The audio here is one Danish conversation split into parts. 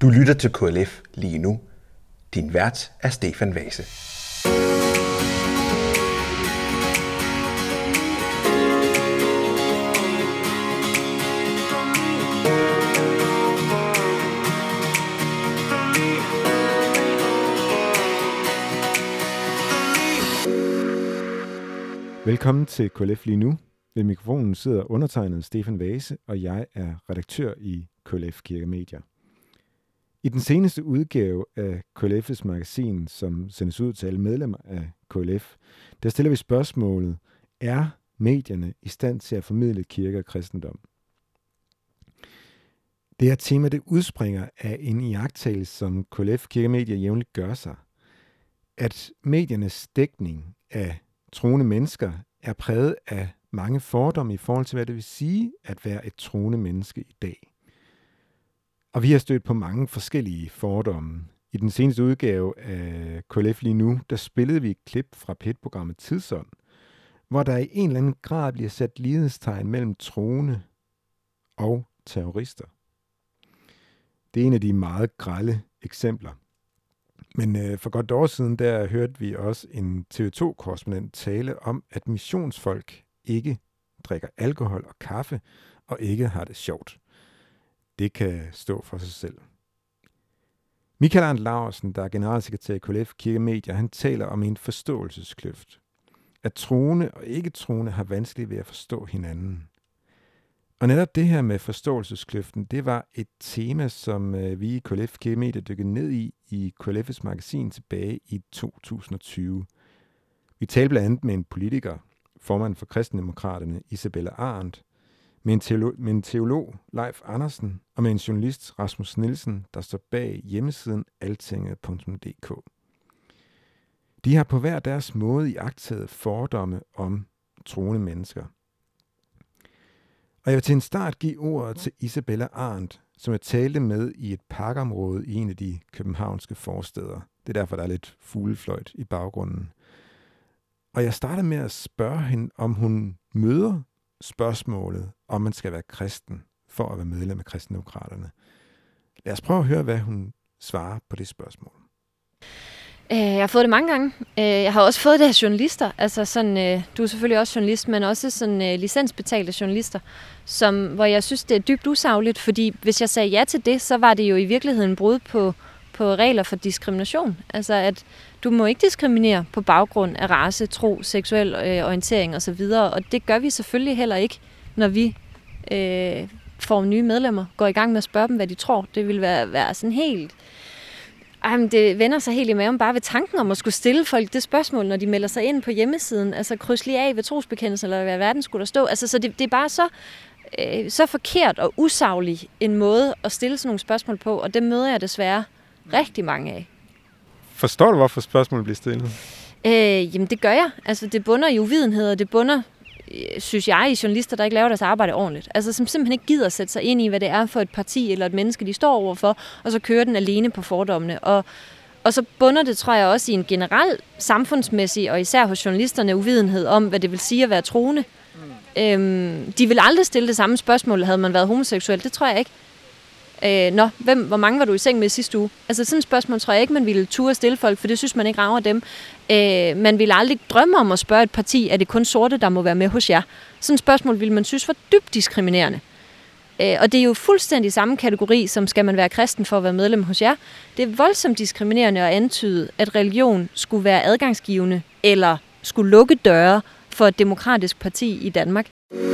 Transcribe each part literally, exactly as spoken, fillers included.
Du lytter til K L F lige nu. Din vært er Stefan Vase. Velkommen til K L F lige nu. Ved mikrofonen sidder undertegnet Stefan Vase, og jeg er redaktør i K L F Kirke Medier. I den seneste udgave af K L F's magasin, som sendes ud til alle medlemmer af K L F, der stiller vi spørgsmålet: er medierne i stand til at formidle kirke og kristendom? Det her tema, det udspringer af en iagttagelse, som K L F Kirke Medier jævnligt gør sig, at mediernes dækning af troende mennesker er præget af mange fordomme i forhold til, hvad det vil sige at være et troende menneske i dag. Og vi har stødt på mange forskellige fordomme. I den seneste udgave af K L F lige nu, der spillede vi et klip fra P et-programmet Tidsånd, hvor der i en eller anden grad bliver sat lighedstegn mellem troende og terrorister. Det er en af de meget grelle eksempler. Men øh, for godt et år siden, der hørte vi også en T V to-korrespondent tale om, at missionsfolk ikke drikker alkohol og kaffe, og ikke har det sjovt. Det kan stå for sig selv. Michael Arndt Laursen, der er generalsekretær i K L F Kirke Medier, han taler om en forståelseskløft. At troende og ikke troende har vanskeligt ved at forstå hinanden. Og netop det her med forståelseskløften, det var et tema, som øh, vi i K L F Kirke Medier dykkede ned i i K L F's magasin tilbage i to tusind og tyve. Vi talte blandt andet med en politiker, formand for Kristendemokraterne, Isabella Arendt, med en, teolog, med en teolog, Leif Andersen, og med en journalist, Rasmus Nielsen, der står bag hjemmesiden altinget punktum d k. De har på hver deres måde iagttaget fordomme om troende mennesker. Og jeg vil til en start give ordet til Isabella Arendt, som jeg talte med i et parkområde i en af de københavnske forstæder. Det er derfor, der er lidt fuglefløjt i baggrunden. Og jeg startede med at spørge hende, om hun møder spørgsmålet, om man skal være kristen for at være medlem af Kristendemokraterne. Lad os prøve at høre, hvad hun svarer på det spørgsmål. Jeg har fået det mange gange. Jeg har også fået det af journalister. Altså sådan, du er selvfølgelig også journalist, men også sådan licensbetalte journalister, som, hvor jeg synes, det er dybt usagligt, fordi hvis jeg sagde ja til det, så var det jo i virkeligheden brud på, på regler for diskrimination. Altså at du må ikke diskriminere på baggrund af race, tro, seksuel øh, orientering osv., og det gør vi selvfølgelig heller ikke, når vi øh, får nye medlemmer, går i gang med at spørge dem, hvad de tror. Det vil være, være sådan helt... Jamen, det vender sig helt i maven bare ved tanken om at skulle stille folk det spørgsmål, når de melder sig ind på hjemmesiden. Altså kryds lige af ved trosbekendelsen, eller hvad verden skulle der stå. Altså, så det, det er bare så, øh, så forkert og usaglig en måde at stille sådan nogle spørgsmål på, og det møder jeg desværre rigtig mange af. Forstår du, hvorfor spørgsmålet bliver stillet? Øh, jamen, det gør jeg. Altså, det bunder i uvidenhed, og det bunder, synes jeg, i journalister, der ikke laver deres arbejde ordentligt. Altså, som simpelthen ikke gider at sætte sig ind i, hvad det er for et parti eller et menneske, de står overfor, og så kører den alene på fordommene. Og, og så bunder det, tror jeg, også i en generel samfundsmæssig, og især hos journalisterne, uvidenhed om, hvad det vil sige at være troende. Mm. Øhm, de vil aldrig stille det samme spørgsmål, havde man været homoseksuel. Det tror jeg ikke. Øh, nå, hvem, hvor mange var du i seng med sidste uge? Altså sådan et spørgsmål tror jeg ikke, man ville turde stille folk, for det synes man ikke rager dem. Øh, man ville aldrig drømme om at spørge et parti, er det kun sorte, der må være med hos jer? Sådan et spørgsmål ville man synes var dybt diskriminerende. Øh, og det er jo fuldstændig samme kategori, som skal man være kristen for at være medlem hos jer. Det er voldsomt diskriminerende at antyde, at religion skulle være adgangsgivende, eller skulle lukke døre for et demokratisk parti i Danmark.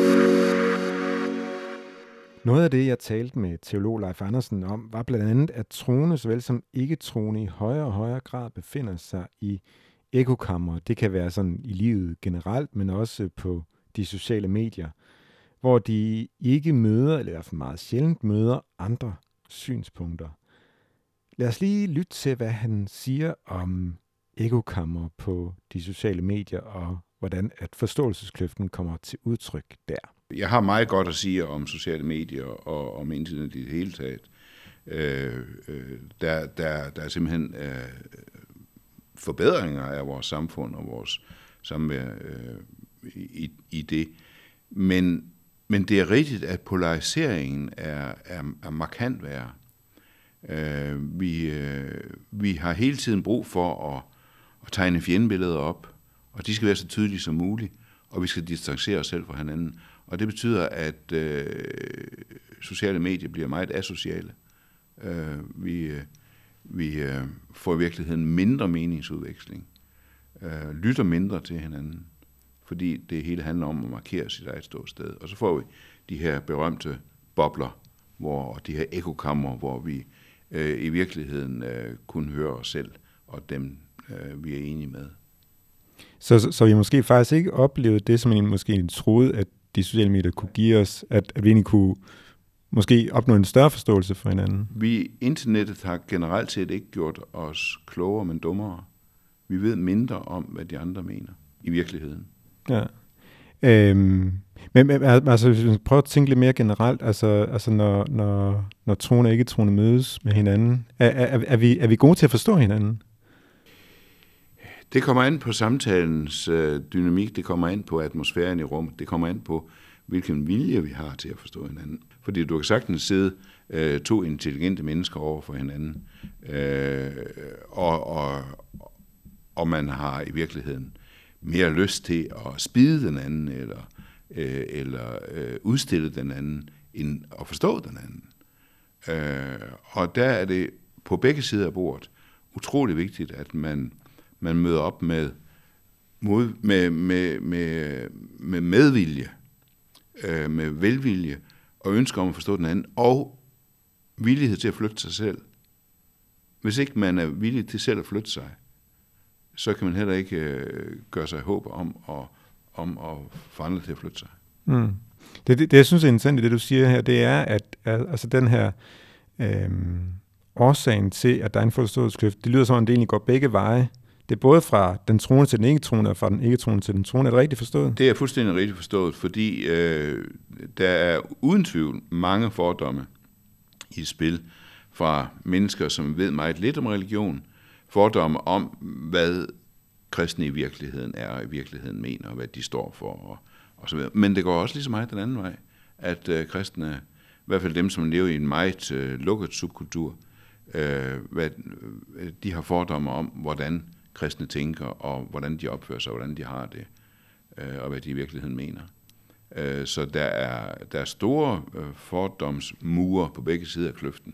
Noget af det, jeg talte med teolog Leif Andersen om, var blandt andet, at troende såvel som ikke-troende i højere og højere grad befinder sig i ekokammer. Det kan være sådan i livet generelt, men også på de sociale medier, hvor de ikke møder, eller i hvert fald meget sjældent møder, andre synspunkter. Lad os lige lytte til, hvad han siger om ekokammer på de sociale medier, og hvordan at forståelseskløften kommer til udtryk der. Jeg har meget godt at sige om sociale medier og om internet i det hele taget. Øh, øh, der, der, der er simpelthen øh, forbedringer af vores samfund og vores samvær øh, i, i det. Men, men det er rigtigt, at polariseringen er, er, er markant værre. Øh, vi, øh, vi har hele tiden brug for at, at tegne fjendebilleder op, og de skal være så tydelige som muligt, og vi skal distancere os selv fra hinanden. Og det betyder, at øh, sociale medier bliver meget asociale. Øh, vi øh, vi øh, får i virkeligheden mindre meningsudveksling, øh, lytter mindre til hinanden, fordi det hele handler om at markere sit eget ståsted. Og så får vi de her berømte bobler, hvor de her ekokammer, hvor vi øh, i virkeligheden øh, kun hører os selv og dem, øh, vi er enige med. Så, så, så vi måske faktisk ikke oplevede det, som vi måske troede, at de sociale medier kunne give os, at, at vi egentlig kunne måske opnå en større forståelse for hinanden? Vi, internettet har generelt set ikke gjort os klogere, men dummere. Vi ved mindre om, hvad de andre mener i virkeligheden. Ja. Øhm, men altså, hvis vi prøver at tænke lidt mere generelt, altså, altså når, når, når troende og ikke-troende mødes med hinanden, er, er, er, vi, er vi gode til at forstå hinanden? Det kommer an på samtalens øh, dynamik, det kommer an på atmosfæren i rummet, det kommer an på, hvilken vilje vi har til at forstå hinanden. Fordi du kan sagtens sidde øh, to intelligente mennesker over for hinanden, øh, og, og, og man har i virkeligheden mere lyst til at spide den anden, eller, øh, eller øh, udstille den anden, end at forstå den anden. Øh, og der er det på begge sider af bordet utrolig vigtigt, at man, man møder op med, mod, med, med, med, med medvilje, øh, med velvilje, og ønsker om at forstå den anden, og villighed til at flytte sig selv. Hvis ikke man er villig til selv at flytte sig, så kan man heller ikke øh, gøre sig håb om at, om at få andre til at flytte sig. Mm. Det, det, det, jeg synes er interessant i det, du siger her, det er, at, at altså den her øh, årsagen til, at der er en forståelseskløft, det lyder som om, det egentlig går begge veje. Det er både fra den troende til den ikke-troende, og fra den ikke-troende til den troende. Er det rigtigt forstået? Det er fuldstændig rigtigt forstået, fordi øh, der er uden tvivl mange fordomme i spil fra mennesker, som ved meget lidt om religion, fordomme om, hvad kristne i virkeligheden er, og i virkeligheden mener, og hvad de står for, og, og så videre. Men det går også lige så meget den anden vej, at øh, kristne, i hvert fald dem, som lever i en meget øh, lukket subkultur, øh, hvad, øh, de har fordomme om, hvordan kristne tænker, og hvordan de opfører sig, og hvordan de har det, øh, og hvad de i virkeligheden mener. Øh, så der er, der er store øh, fordomsmure på begge sider af kløften.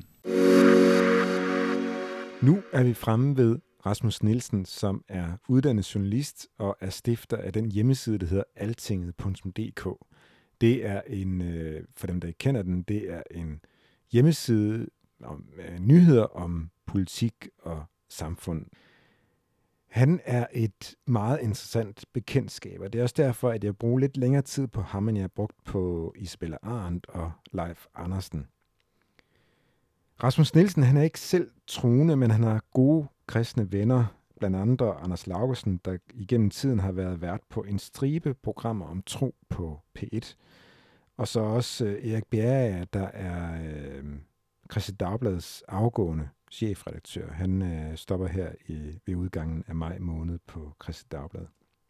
Nu er vi fremme ved Rasmus Nielsen, som er uddannet journalist og er stifter af den hjemmeside, der hedder altinget punktum d k. Det er en, for dem, der ikke kender den, det er en hjemmeside om nyheder om politik og samfund. Han er et meget interessant bekendtskab, og det er også derfor, at jeg bruger lidt længere tid på ham, end jeg har brugt på Isabella Arendt og Leif Andersen. Rasmus Nielsen, han er ikke selv troende, men han har gode kristne venner, blandt andre Anders Laugesen, der igennem tiden har været vært på en stribe programmer om tro på P et. Og så også øh, Erik Bjerre, der er øh, Kristeligt Dagbladets afgående chefredaktør. Han øh, stopper her i, ved udgangen af maj måned på Kristeligt Dagblad.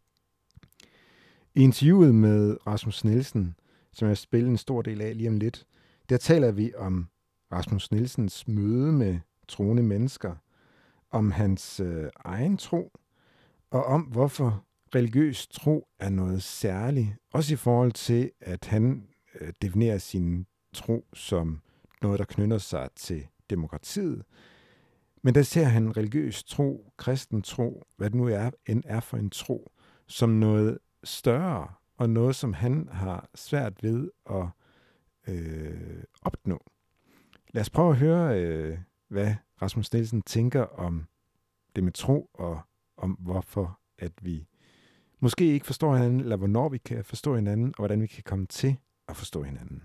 I interviewet med Rasmus Nielsen, som jeg spiller en stor del af lige om lidt, der taler vi om Rasmus Nielsens møde med troende mennesker, om hans øh, egen tro, og om hvorfor religiøs tro er noget særligt, også i forhold til, at han øh, definerer sin tro som noget, der knytter sig til demokratiet. Men der ser han religiøs tro, kristen tro, hvad det nu er, end er for en tro, som noget større, og noget, som han har svært ved at øh, opnå. Lad os prøve at høre, øh, hvad Rasmus Nielsen tænker om det med tro, og om hvorfor at vi måske ikke forstår hinanden, eller hvornår vi kan forstå hinanden, og hvordan vi kan komme til at forstå hinanden.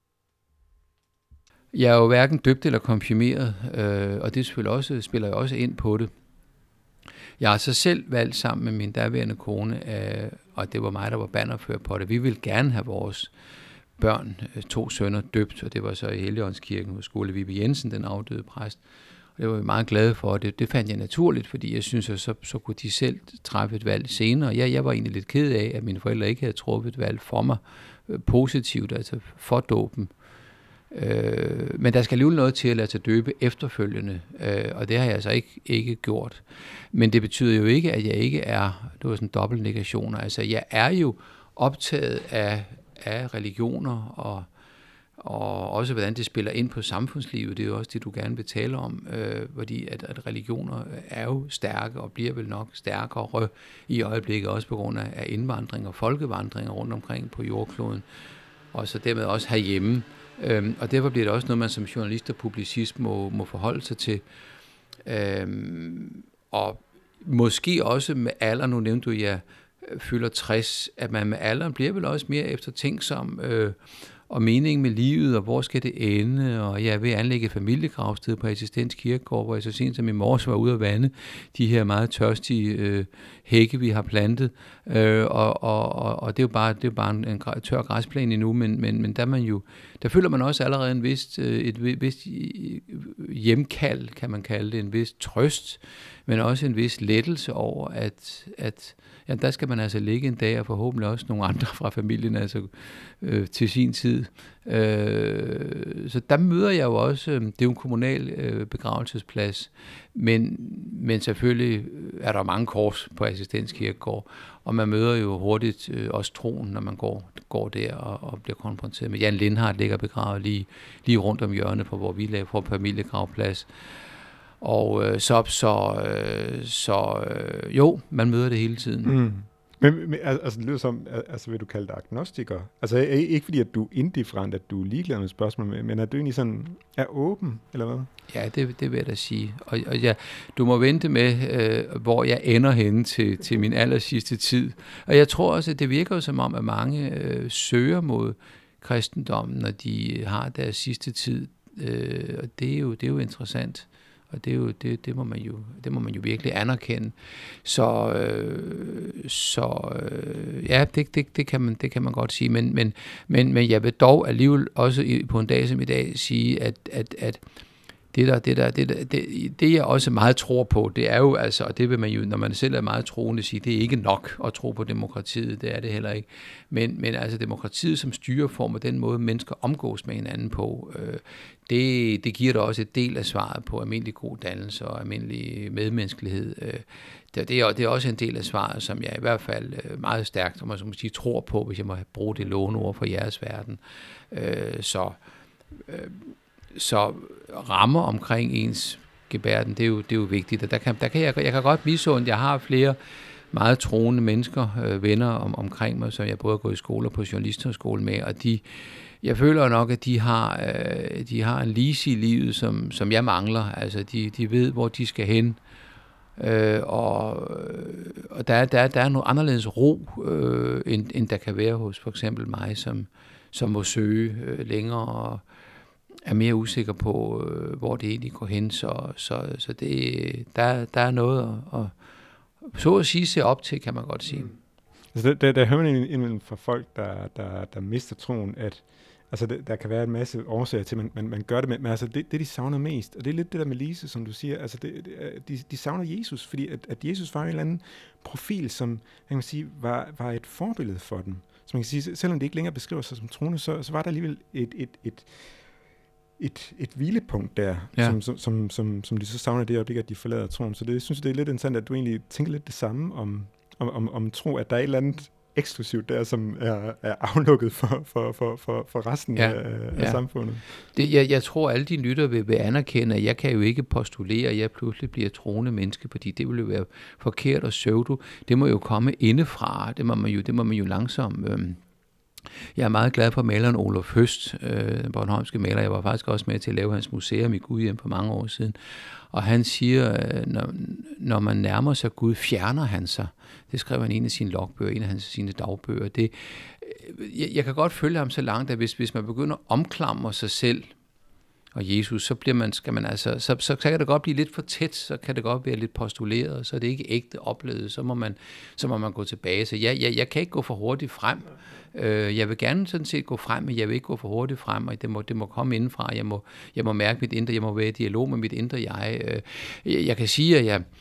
Jeg er jo hverken døbt eller konfirmeret, øh, og det selvfølgelig også, spiller jeg også ind på det. Jeg har så selv valgt sammen med min daværende kone, øh, og det var mig, der var bannerfører på det. Vi ville gerne have vores børn, to sønner, døbt, og det var så i Helligåndskirken hos Skole Vibe Jensen, den afdøde præst. Og det var jeg meget glad for, og det, det fandt jeg naturligt, fordi jeg synes, at så, så kunne de selv træffe et valg senere. Jeg, jeg var egentlig lidt ked af, at mine forældre ikke havde truffet et valg for mig øh, positivt, altså for dåben. Øh, men der skal alligevel noget til at lade sig døbe efterfølgende, øh, og det har jeg altså ikke, ikke gjort. Men det betyder jo ikke, at jeg ikke er, det var sådan dobbelt negationer, altså jeg er jo optaget af, af religioner, og, og også hvordan det spiller ind på samfundslivet, det er jo også det, du gerne vil tale om, øh, fordi at, at religioner er jo stærke, og bliver vel nok stærkere i øjeblikket, også på grund af indvandring og folkevandringer rundt omkring på jordkloden, og så dermed også herhjemme. Øhm, og derfor bliver det også noget, man som journalist og publicist må, må forholde sig til. Øhm, og måske også med alderen, nu nævnte du, at jeg fylder tres, at man med alderen bliver vel også mere eftertænksom, øh, og meningen med livet, og hvor skal det ende, og jeg er ved at anlægge et familiegravsted på Assistens Kirkegård, hvor jeg så sent som i morges var ude at vande de her meget tørstige øh, hække, vi har plantet, øh, og, og, og det er jo bare, det er bare en, en tør græsplæne endnu, men, men, men der, man jo, der føler man også allerede en vist, et vist hjemkald, kan man kalde det, en vis trøst, men også en vis lettelse over, at, at ja, der skal man altså ligge en dag, og forhåbentlig også nogle andre fra familien, altså øh, til sin tid. Øh, så der møder jeg jo også, øh, det er jo en kommunal øh, begravelsesplads, men, men selvfølgelig er der mange kors på Assistens Kirkegård, og man møder jo hurtigt øh, også troen, når man går, går der og, og bliver konfronteret med. Jan Lindhardt ligger begravet lige, lige rundt om hjørnet, på hvor vi laver på familiegravplads. Og øh, så, så, øh, så øh, jo, man møder det hele tiden. Mm. Men, men altså, det lyder som, altså vil du kalde dig agnostiker? Altså ikke fordi, at du er indifferent, at du er ligeglad med spørgsmål, men at du egentlig sådan er åben, eller hvad? Ja, det, det vil jeg da sige. Og, og ja, du må vente med, øh, hvor jeg ender henne til, til min aller sidste tid. Og jeg tror også, at det virker jo som om, at mange øh, søger mod kristendommen, når de har deres sidste tid. Øh, og det er jo, det er jo interessant. Og det, er jo, det, det, må man jo, det må man jo virkelig anerkende. Så, øh, så øh, ja, det, det, det, kan man, det kan man godt sige. Men, men, men, men jeg vil dog alligevel også i, på en dag som i dag sige, at, at, at det, der, det, der, det, der, det, det jeg også meget tror på, det er jo altså, og det vil man jo, når man selv er meget troende, sige, det er ikke nok at tro på demokratiet, det er det heller ikke. Men, men altså demokratiet som styreform og den måde, mennesker omgås med hinanden på, øh, det, det giver da også et del af svaret på almindelig god dannelse og almindelig medmenneskelighed. Øh, det, det, er, det er også en del af svaret, som jeg i hvert fald øh, meget stærkt, om man så må sige, tror på, hvis jeg må bruge det låneord for jeres verden. Øh, så... Øh, Så rammer omkring ens gebærden, det er jo, det er jo vigtigt. Og der kan, der kan jeg, jeg kan godt misunde, jeg har flere meget troende mennesker, øh, venner om, omkring mig, som jeg både har gået i skole og på journalisterskole med, og de, jeg føler nok, at de har, øh, de har en lise i livet, som, som jeg mangler. Altså, de, de ved, hvor de skal hen, øh, og, og der, der, der er noget anderledes ro, øh, end, end der kan være hos for eksempel mig, som, som må søge øh, længere og er mere usikker på, øh, hvor det egentlig går hen, så, så, så det, der, der er noget at, at så at sige se op til, kan man godt sige. Altså, der, der, der hører man indimellem fra folk, der, der, der mister troen, at altså, der, der kan være en masse årsager til, at man, man, man gør det, men altså, det, det, de savner mest, og det er lidt det der med Lise, som du siger, altså, det, det, de, de savner Jesus, fordi at, at Jesus var en eller anden profil, som man kan sige, var, var et forbillede for dem. Så man kan sige, selvom det ikke længere beskriver sig som troende, så, så var der alligevel et, et, et Et, et hvilepunkt der, ja. som, som, som, som, som de så savner det øjeblik, at de forlader troen. Så det synes jeg, det er lidt interessant, at du egentlig tænker lidt det samme om, om, om, om tro, at der er et eller andet eksklusivt der, som er, er aflukket for, for, for, for, for resten ja. af, af ja. samfundet. Det, jeg, jeg tror, alle de lytter vil, vil anerkende, at jeg kan jo ikke postulere, at jeg pludselig bliver troende menneske, fordi det vil jo være forkert og pseudo. Det må jo komme indefra. Det må man jo, det må man jo langsomt... Øhm, Jeg er meget glad for maleren Olof Høst, øh, den bornholmske maler. Jeg var faktisk også med til at lave hans museum i Gudhjem for mange år siden. Og han siger, øh, når, når man nærmer sig Gud, fjerner han sig. Det skrev han i en af sine logbøger, en af hans, sine dagbøger. Det, øh, jeg, jeg kan godt følge ham så langt, at hvis, hvis man begynder at omklamre sig selv og Jesus, så bliver man, skal man altså, så, så, så kan det godt blive lidt for tæt, så kan det godt være lidt postuleret, så er det ikke ægte oplevet, så må man, så må man gå tilbage. Så jeg, jeg, jeg kan ikke gå for hurtigt frem. Øh, jeg vil gerne sådan set gå frem, men jeg vil ikke gå for hurtigt frem, og det må, det må komme indenfra. Jeg må, jeg må mærke mit indre, jeg må være i dialog med mit indre jeg. Øh, jeg, jeg kan sige, at jeg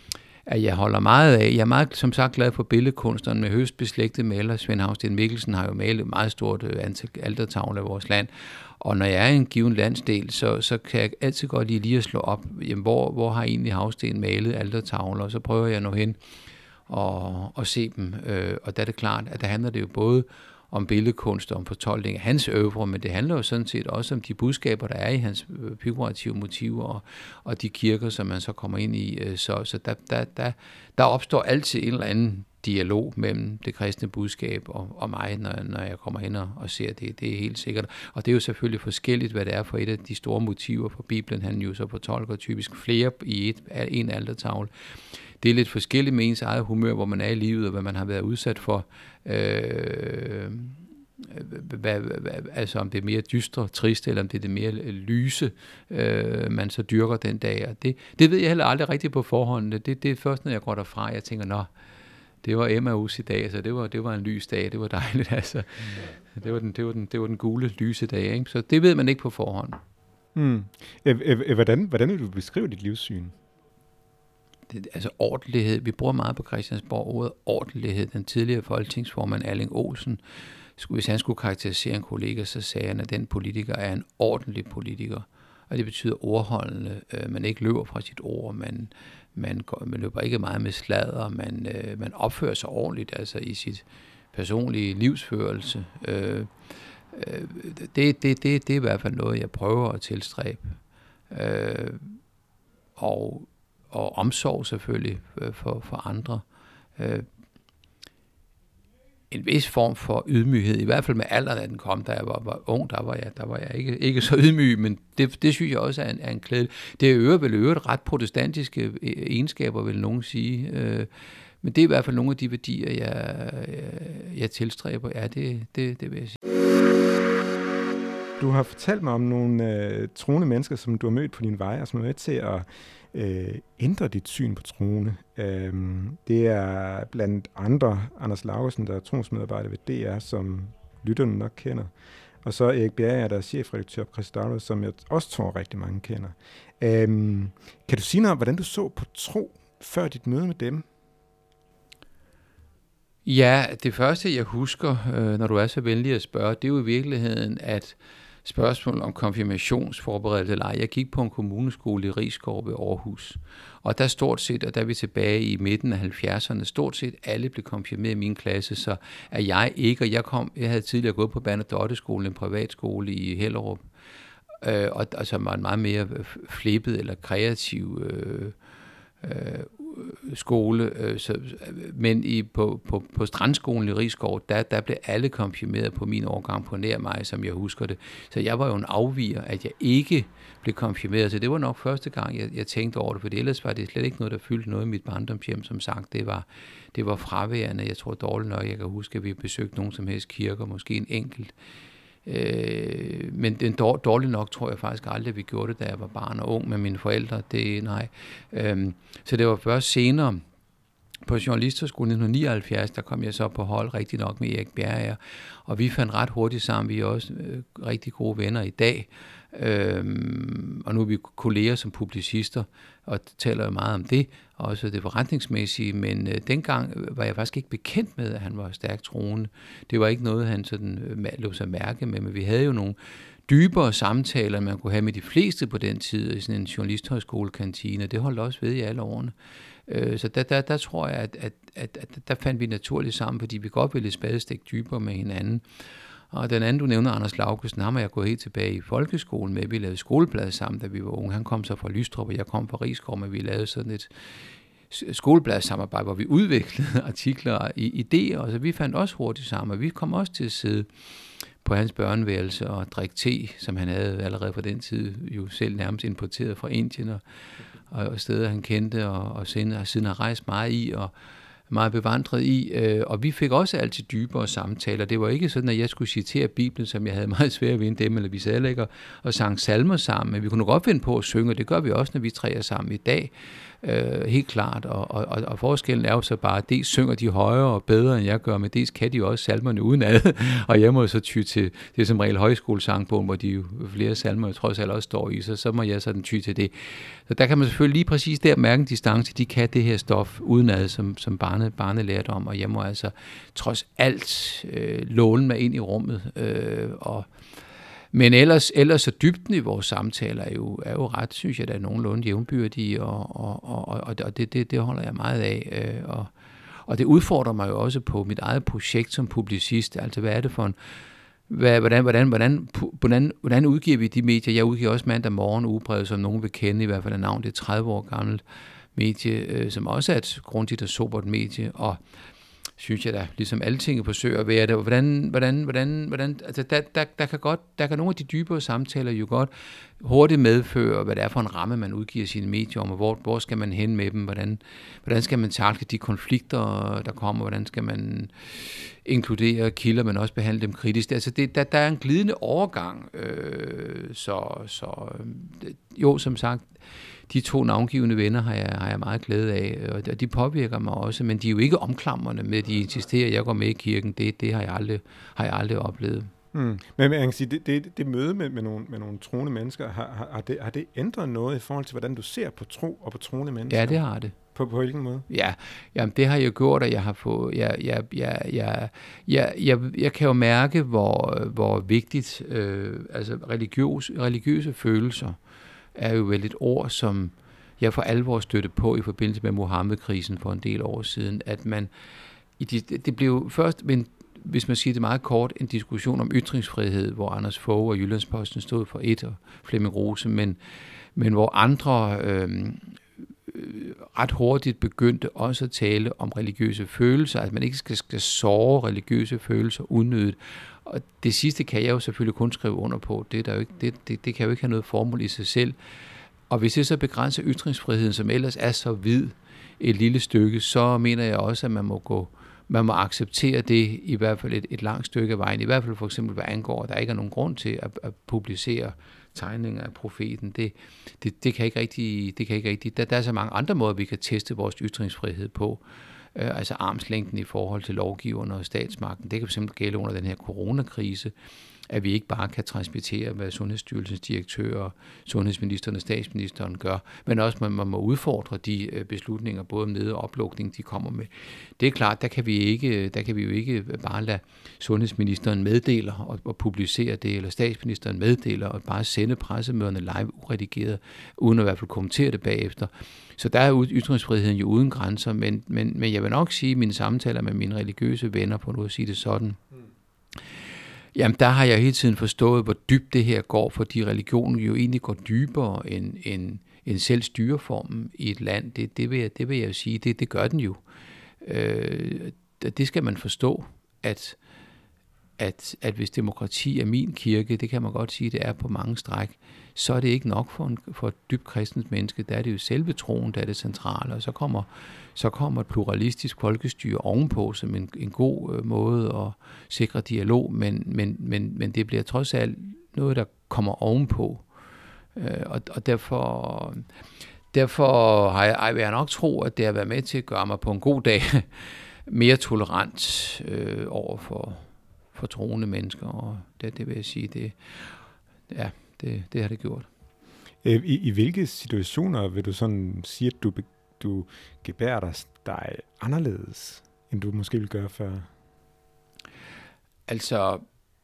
at jeg holder meget af. Jeg er meget, som sagt, glad for billedkunstneren med højst beslægtet maler. Svend Hausten Mikkelsen har jo malet meget stort antal altertavler i vores land. Og når jeg er i en given landsdel, så, så kan jeg altid godt lige, lige at slå op, jamen, hvor, hvor har egentlig Hausten malet altertavler, og så prøver jeg at nå hen og, og se dem. Øh, og der er det klart, at der handler det jo både om billedkunst og om fortolkning af hans øvre, men det handler jo sådan set også om de budskaber, der er i hans figurative motiver og, og de kirker, som man så kommer ind i. Så, så der, der, der, der opstår altid en eller anden dialog mellem det kristne budskab og, og mig, når, når jeg kommer ind og, og ser det. Det er helt sikkert. Og det er jo selvfølgelig forskelligt, hvad det er for et af de store motiver for Bibelen. Han jo så fortolker typisk flere i et, en altertavle. Det er lidt forskelligt med ens eget humør, hvor man er i livet, og hvad man har været udsat for. Øh, hvad, hvad, altså om det er mere dystre, trist, eller om det er det mere lyse, øh, man så dyrker den dag. Og det, det ved jeg heller aldrig rigtigt på forhånd. Det, det er først, når jeg går derfra, jeg tænker, nå, det var Emmaus i dag, så det var, det var en lys dag, det var dejligt. Altså. Det, var den, det, var den, det var den gule, lyse dag. Ikke? Så det ved man ikke på forhånd. Mm. Hvordan, hvordan vil du beskrive dit livssyn? Det, altså ordentlighed. Vi bruger meget på Christiansborg ordet ordentlighed. Den tidligere folketingsformand Erling Olsen, hvis han skulle karakterisere en kollega, så sagde han, at den politiker er en ordentlig politiker. Og det betyder ordholdende. Man ikke løber fra sit ord, man, man, går, man løber ikke meget med sladder, man, man opfører sig ordentligt, altså i sit personlige livsførelse. Det, det, det, det er i hvert fald noget, jeg prøver at tilstræbe. Og og omsorg selvfølgelig for, for andre. Øh, en vis form for ydmyghed, i hvert fald med alderen, da den kom, da jeg var, var ung, der var jeg, der var jeg ikke, ikke så ydmyg, men det, det synes jeg også er en, er en klæde. Det er øvrigt vel øvrigt ret protestantiske egenskaber, vil nogen sige. Øh, men det er i hvert fald nogle af de værdier, jeg, jeg, jeg tilstræber. Ja, det, det, det vil jeg sige. Du har fortalt mig om nogle øh, troende mennesker, som du har mødt på din vej, og som er med til at øh, ændre dit syn på troende. Øh, det er blandt andre Anders Laugesen, der er trosmedarbejder ved D R, som lytterne nok kender. Og så Erik Bjerre, der er chefredaktør på Christodoulos, som jeg også tror rigtig mange kender. Øh, kan du sige noget om, hvordan du så på tro før dit møde med dem? Ja, det første, jeg husker, øh, når du er så venlig at spørge, det er jo i virkeligheden, at spørgsmål om konfirmationsforberedelse eller ej. Jeg gik på en kommuneskole i Risskov ved Aarhus, og der stort set, og der er vi tilbage i midten af halvfjerdserne, stort set alle blev konfirmeret i min klasse, så er jeg ikke, og jeg kom, jeg havde tidligere gået på Bernadotte-skolen, en privatskole i Hellerup, øh, og altså var en meget mere flippet eller kreativ øh, øh, skole, øh, så, men i, på, på, på Strandskolen i Risskov, der, der blev alle konfirmeret på min årgang på nær mig, som jeg husker det. Så jeg var jo en afviger, at jeg ikke blev konfirmeret, så det var nok første gang, jeg, jeg tænkte over det, for ellers var det slet ikke noget, der fyldte noget i mit barndomshjem, som sagt. Det var, det var fraværende. Jeg tror dårligt nok, jeg kan huske, at vi besøgte nogen som helst kirker, måske en enkelt. Øh, men det er dårligt nok, tror jeg faktisk aldrig, vi gjorde det, da jeg var barn og ung med mine forældre. Det, nej. Øh, så det var først senere på Journalisterskolen i nitten nioghalvfjerds, der kom jeg så på hold rigtig nok med Erik Bjerre, og vi fandt ret hurtigt sammen. Vi er også øh, rigtig gode venner i dag, øh, og nu er vi kolleger som publicister, og taler jo meget om det, også det forretningsmæssige, men øh, dengang var jeg faktisk ikke bekendt med, at han var stærkt troende. Det var ikke noget, han sådan øh, lå sig mærke med, men vi havde jo nogle dybere samtaler, man kunne have med de fleste på den tid, i sådan en journalisthøjskolekantine, det holdt også ved i alle årene. Øh, så der, der, der tror jeg, at, at, at, at der fandt vi naturligt sammen, fordi vi godt ville spadestik dybere med hinanden. Og den anden, du nævner, Anders Laugesen, ham har jeg gået helt tilbage i folkeskolen med. Vi lavede skoleblad sammen, da vi var unge. Han kom så fra Lystrup, og jeg kom fra Risskov, men vi lavede sådan et skolebladssamarbejde, hvor vi udviklede artikler og idéer, og så vi fandt også hurtigt sammen, og vi kom også til at sidde på hans børneværelse og drikke te, som han havde allerede fra den tid jo selv nærmest importeret fra Indien, og, og steder han kendte, og, og siden, siden har rejst meget i, og meget bevandret i, øh, og vi fik også altid dybere samtaler. Det var ikke sådan, at jeg skulle citere Bibelen, som jeg havde meget svært ved dem, eller vi sad heller ikke og, og sang salmer sammen, men vi kunne godt finde på at synge, og det gør vi også, når vi tre er sammen i dag. Øh, helt klart, og, og, og forskellen er jo så bare, at dels synger de højere og bedre, end jeg gør, men dels kan de jo også salmerne udenad, og jeg må så ty til, det er som regel højskolesangbogen, hvor de jo flere salmer trods alt også står i, så så må jeg sådan ty til det. Så der kan man selvfølgelig lige præcis der mærke en distance, de kan det her stof udenad, som, som barne, barnelærdom, og jeg må altså trods alt øh, låne mig ind i rummet, øh, og Men ellers, ellers så dybden i vores samtaler er jo, er jo ret, synes jeg, der er nogenlunde jævnbyrdige, og, og, og, og det, det, det holder jeg meget af. Og, og det udfordrer mig jo også på mit eget projekt som publicist. Altså, hvad er det for en... Hvad, hvordan, hvordan, hvordan, hvordan, hvordan udgiver vi de medier? Jeg udgiver også Mandag Morgen Ugebrevet, som nogen vil kende, i hvert fald af navn. Det er tredive år gammelt medie, som også er et grundigt og sobert medie, og synes jeg da, ligesom alting forsøger at være det. Hvordan, hvordan, hvordan, hvordan, altså der, der, der, kan godt, der kan nogle af de dybere samtaler jo godt hurtigt medføre, hvad det er for en ramme, man udgiver sine medier om, og hvor, hvor skal man hen med dem, hvordan, hvordan skal man tackle de konflikter, der kommer, hvordan skal man inkludere kilder, men også behandle dem kritisk. Altså det, der, der er en glidende overgang, øh, så, så jo, som sagt, de to navngivende venner har jeg, har jeg meget glæde af, og de påvirker mig også, men de er jo ikke omklamrende med, at de insisterer, at jeg går med i kirken. Det, det har, jeg aldrig, har jeg aldrig oplevet. Mm. Men man kan sige, det, det, det møde med, med, nogle, med nogle troende mennesker, har, har, det, har det ændret noget i forhold til, hvordan du ser på tro og på troende mennesker? Ja, det har det. På, på hvilken måde? Ja, jamen, det har jeg gjort, og jeg har fået, jeg, jeg, jeg, jeg, jeg, jeg, jeg kan jo mærke, hvor, hvor vigtigt, øh, altså religiøs, religiøse følelser er jo vel et ord, som jeg for alvor støtte på i forbindelse med Mohammed-krisen for en del år siden, at man, i de, det blev først, men hvis man siger det meget kort, en diskussion om ytringsfrihed, hvor Anders Fogh og Jyllandsposten stod for et, og Flemming Rose, men, men hvor andre øh, ret hurtigt begyndte også at tale om religiøse følelser, at man ikke skal, skal såre religiøse følelser unødigt. Og det sidste kan jeg jo selvfølgelig kun skrive under på. Det, er der jo ikke, det, det, det kan jo ikke have noget formål i sig selv. Og hvis det så begrænser ytringsfriheden, som ellers er så vid et lille stykke, så mener jeg også, at man må gå, man må acceptere det i hvert fald et, et langt stykke af vejen. I hvert fald for eksempel, hvad angår, at der ikke er nogen grund til at, at publicere tegninger af profeten. Det, det, det kan ikke rigtig, det kan ikke rigtig. Der, der er så mange andre måder, vi kan teste vores ytringsfrihed på. Øh, altså armslængden i forhold til lovgiverne og statsmagten. Det kan fx gælde under den her coronakrise, at vi ikke bare kan transmittere, hvad Sundhedsstyrelsens direktør, sundhedsministeren og statsministeren gør, men også, at man må udfordre de beslutninger, både om ned- og oplukning, de kommer med. Det er klart, der kan vi ikke, der kan vi jo ikke bare lade sundhedsministeren meddele og, og publicere det, eller statsministeren meddele og bare sende pressemøderne live uredigeret, uden at i hvert fald kommentere det bagefter. Så der er ytringsfriheden jo uden grænser, men, men, men jeg vil nok sige, at mine samtaler med mine religiøse venner, på nu at sige det sådan, jamen, der har jeg hele tiden forstået, hvor dybt det her går, fordi religionen jo egentlig går dybere end, end, end selv styreformen i et land. Det, det, vil, jeg, det vil jeg jo sige, det, det gør den jo. Øh, det skal man forstå, at, at, at hvis demokrati er min kirke, det kan man godt sige, det er på mange stræk, så er det ikke nok for, en, for et dybt kristent menneske. Der er det jo selve troen, der er det centrale, og så kommer, så kommer et pluralistisk folkestyre ovenpå som en, en god øh, måde at sikre dialog, men, men, men, men det bliver trods alt noget, der kommer ovenpå. Øh, og, og derfor, derfor har jeg, vil jeg nok tro, at det har været med til at gøre mig på en god dag mere tolerant øh, over for, for troende mennesker, og det, det vil jeg sige, det, ja, det, det har det gjort. I, I hvilke situationer vil du sådan sige, at du, du gebærer dig, dig anderledes, end du måske ville gøre før? Altså,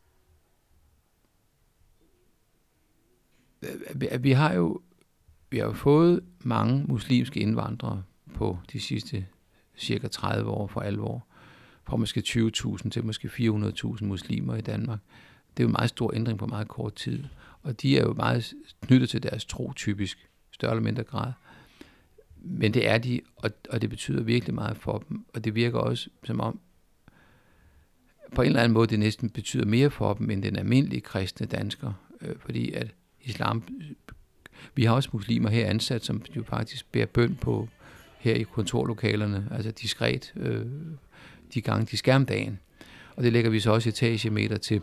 vi har jo vi har jo fået mange muslimske indvandrere på de sidste cirka tredive år for alvor, fra måske tyve tusind til måske fire hundrede tusind muslimer i Danmark. Det er jo en meget stor ændring på meget kort tid, og de er jo meget knyttet til deres tro typisk, større eller mindre grad. Men det er de, og, og det betyder virkelig meget for dem, og det virker også som om, på en eller anden måde, det næsten betyder mere for dem, end den almindelige kristne dansker, øh, fordi at islam, vi har også muslimer her ansat, som jo faktisk bærer bøn på her i kontorlokalerne, altså diskret, øh, de gange de skal om dagen. Og det lægger vi så også etagemeter til.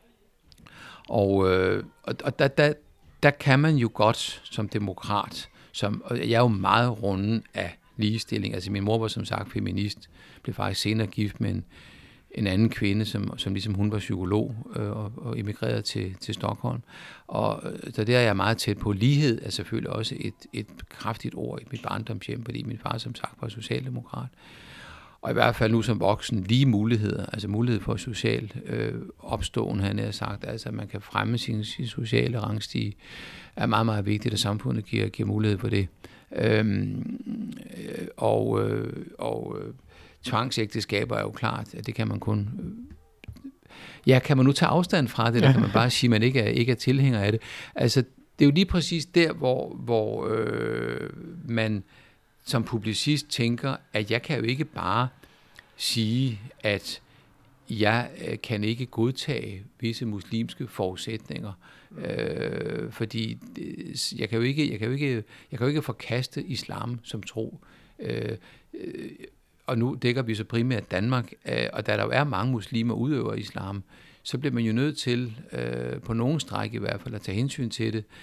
Og, øh, og der, der, der kan man jo godt som demokrat, som, og jeg er jo meget runden af ligestilling. Altså min mor var som sagt feminist, blev faktisk senere gift med en, en anden kvinde, som, som ligesom hun var psykolog øh, og, og emigrerede til, til Stockholm. Og så der er jeg meget tæt på. Lighed er selvfølgelig også et, et kraftigt ord i mit barndomshjem, fordi min far som sagt var socialdemokrat. Og i hvert fald nu som voksen, lige muligheder, altså mulighed for social øh, opståen, han har sagt, altså at man kan fremme sin, sin sociale rangstige, er meget, meget vigtigt, at samfundet giver, giver mulighed for det. Øhm, øh, og øh, og øh, tvangsægteskaber er jo klart, at det kan man kun... Øh, ja, kan man nu tage afstand fra det, eller kan man bare sige, at man ikke er, ikke er tilhænger af det? Altså, det er jo lige præcis der, hvor, hvor øh, man som publicist tænker, at jeg kan jo ikke bare sige, at jeg kan ikke godtage visse muslimske forudsætninger, øh, fordi jeg kan jo ikke, jeg kan jo ikke, jeg kan jo ikke forkaste islam som tro. Øh, øh, og nu dækker vi så primært Danmark, øh, og da der jo er mange muslimer udøver islam, så bliver man jo nødt til, øh, på nogen stræk i hvert fald, at tage hensyn til det.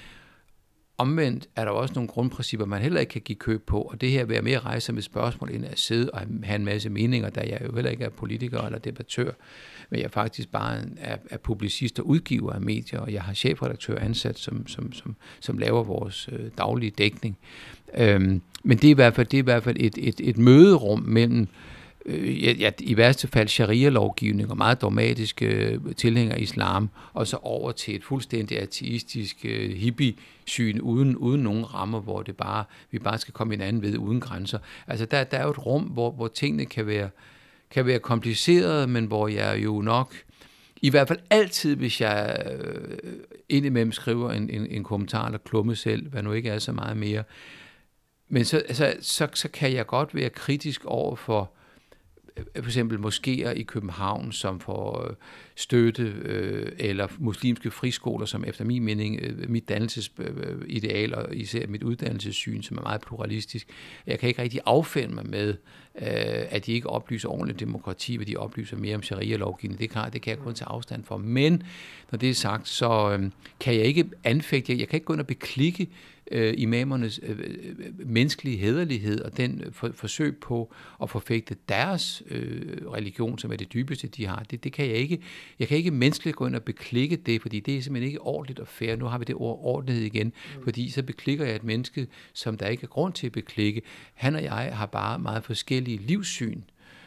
Omvendt er der også nogle grundprincipper, man heller ikke kan give køb på, og det her vil jeg mere rejse med spørgsmål, end at sidde og have en masse meninger, da jeg jo heller ikke er politiker eller debattør, men jeg faktisk bare er, er publicist og udgiver af medier, og jeg har chefredaktør ansat, som, som, som, som laver vores øh, daglige dækning. Øhm, men det er i hvert fald, det er i hvert fald et, et, et møderum mellem øh, ja, i værste fald sharia-lovgivning og meget dogmatiske øh, tilhænger af islam, og så over til et fuldstændig ateistisk øh, hippie-syn uden, uden nogen rammer, hvor det bare, vi bare skal komme hinanden ved uden grænser. Altså der, der er jo et rum, hvor, hvor tingene kan være, kan være komplicerede, men hvor jeg jo nok, i hvert fald altid, hvis jeg øh, indimellem skriver en, en, en kommentar eller klumme selv, hvad nu ikke er så meget mere, men så, altså, så, så kan jeg godt være kritisk over for for eksempel moskéer i København, som får støtte, øh, eller muslimske friskoler, som efter min mening, øh, mit dannelsesideal og især mit uddannelsessyn, som er meget pluralistisk. Jeg kan ikke rigtig affinde mig med, øh, at de ikke oplyser ordentligt demokrati, hvad de oplyser mere om sharia-lovgivning. Det er klart, det kan jeg kun tage afstand for. Men når det er sagt, så øh, kan jeg ikke anfægte, jeg kan ikke gå ind og beklikke øh, imamernes øh, menneskelige hæderlighed og den for, forsøg på at forfægte deres øh, religion, som er det dybeste, de har. Det, det kan jeg ikke. Jeg kan ikke menneskeligt gå ind og beklikke det, fordi det er simpelthen ikke ordentligt og fair. Nu har vi det ord ordentlighed igen, mm. fordi så beklikker jeg et menneske, som der ikke er grund til at beklikke. Han og jeg har bare meget forskellige livssyn.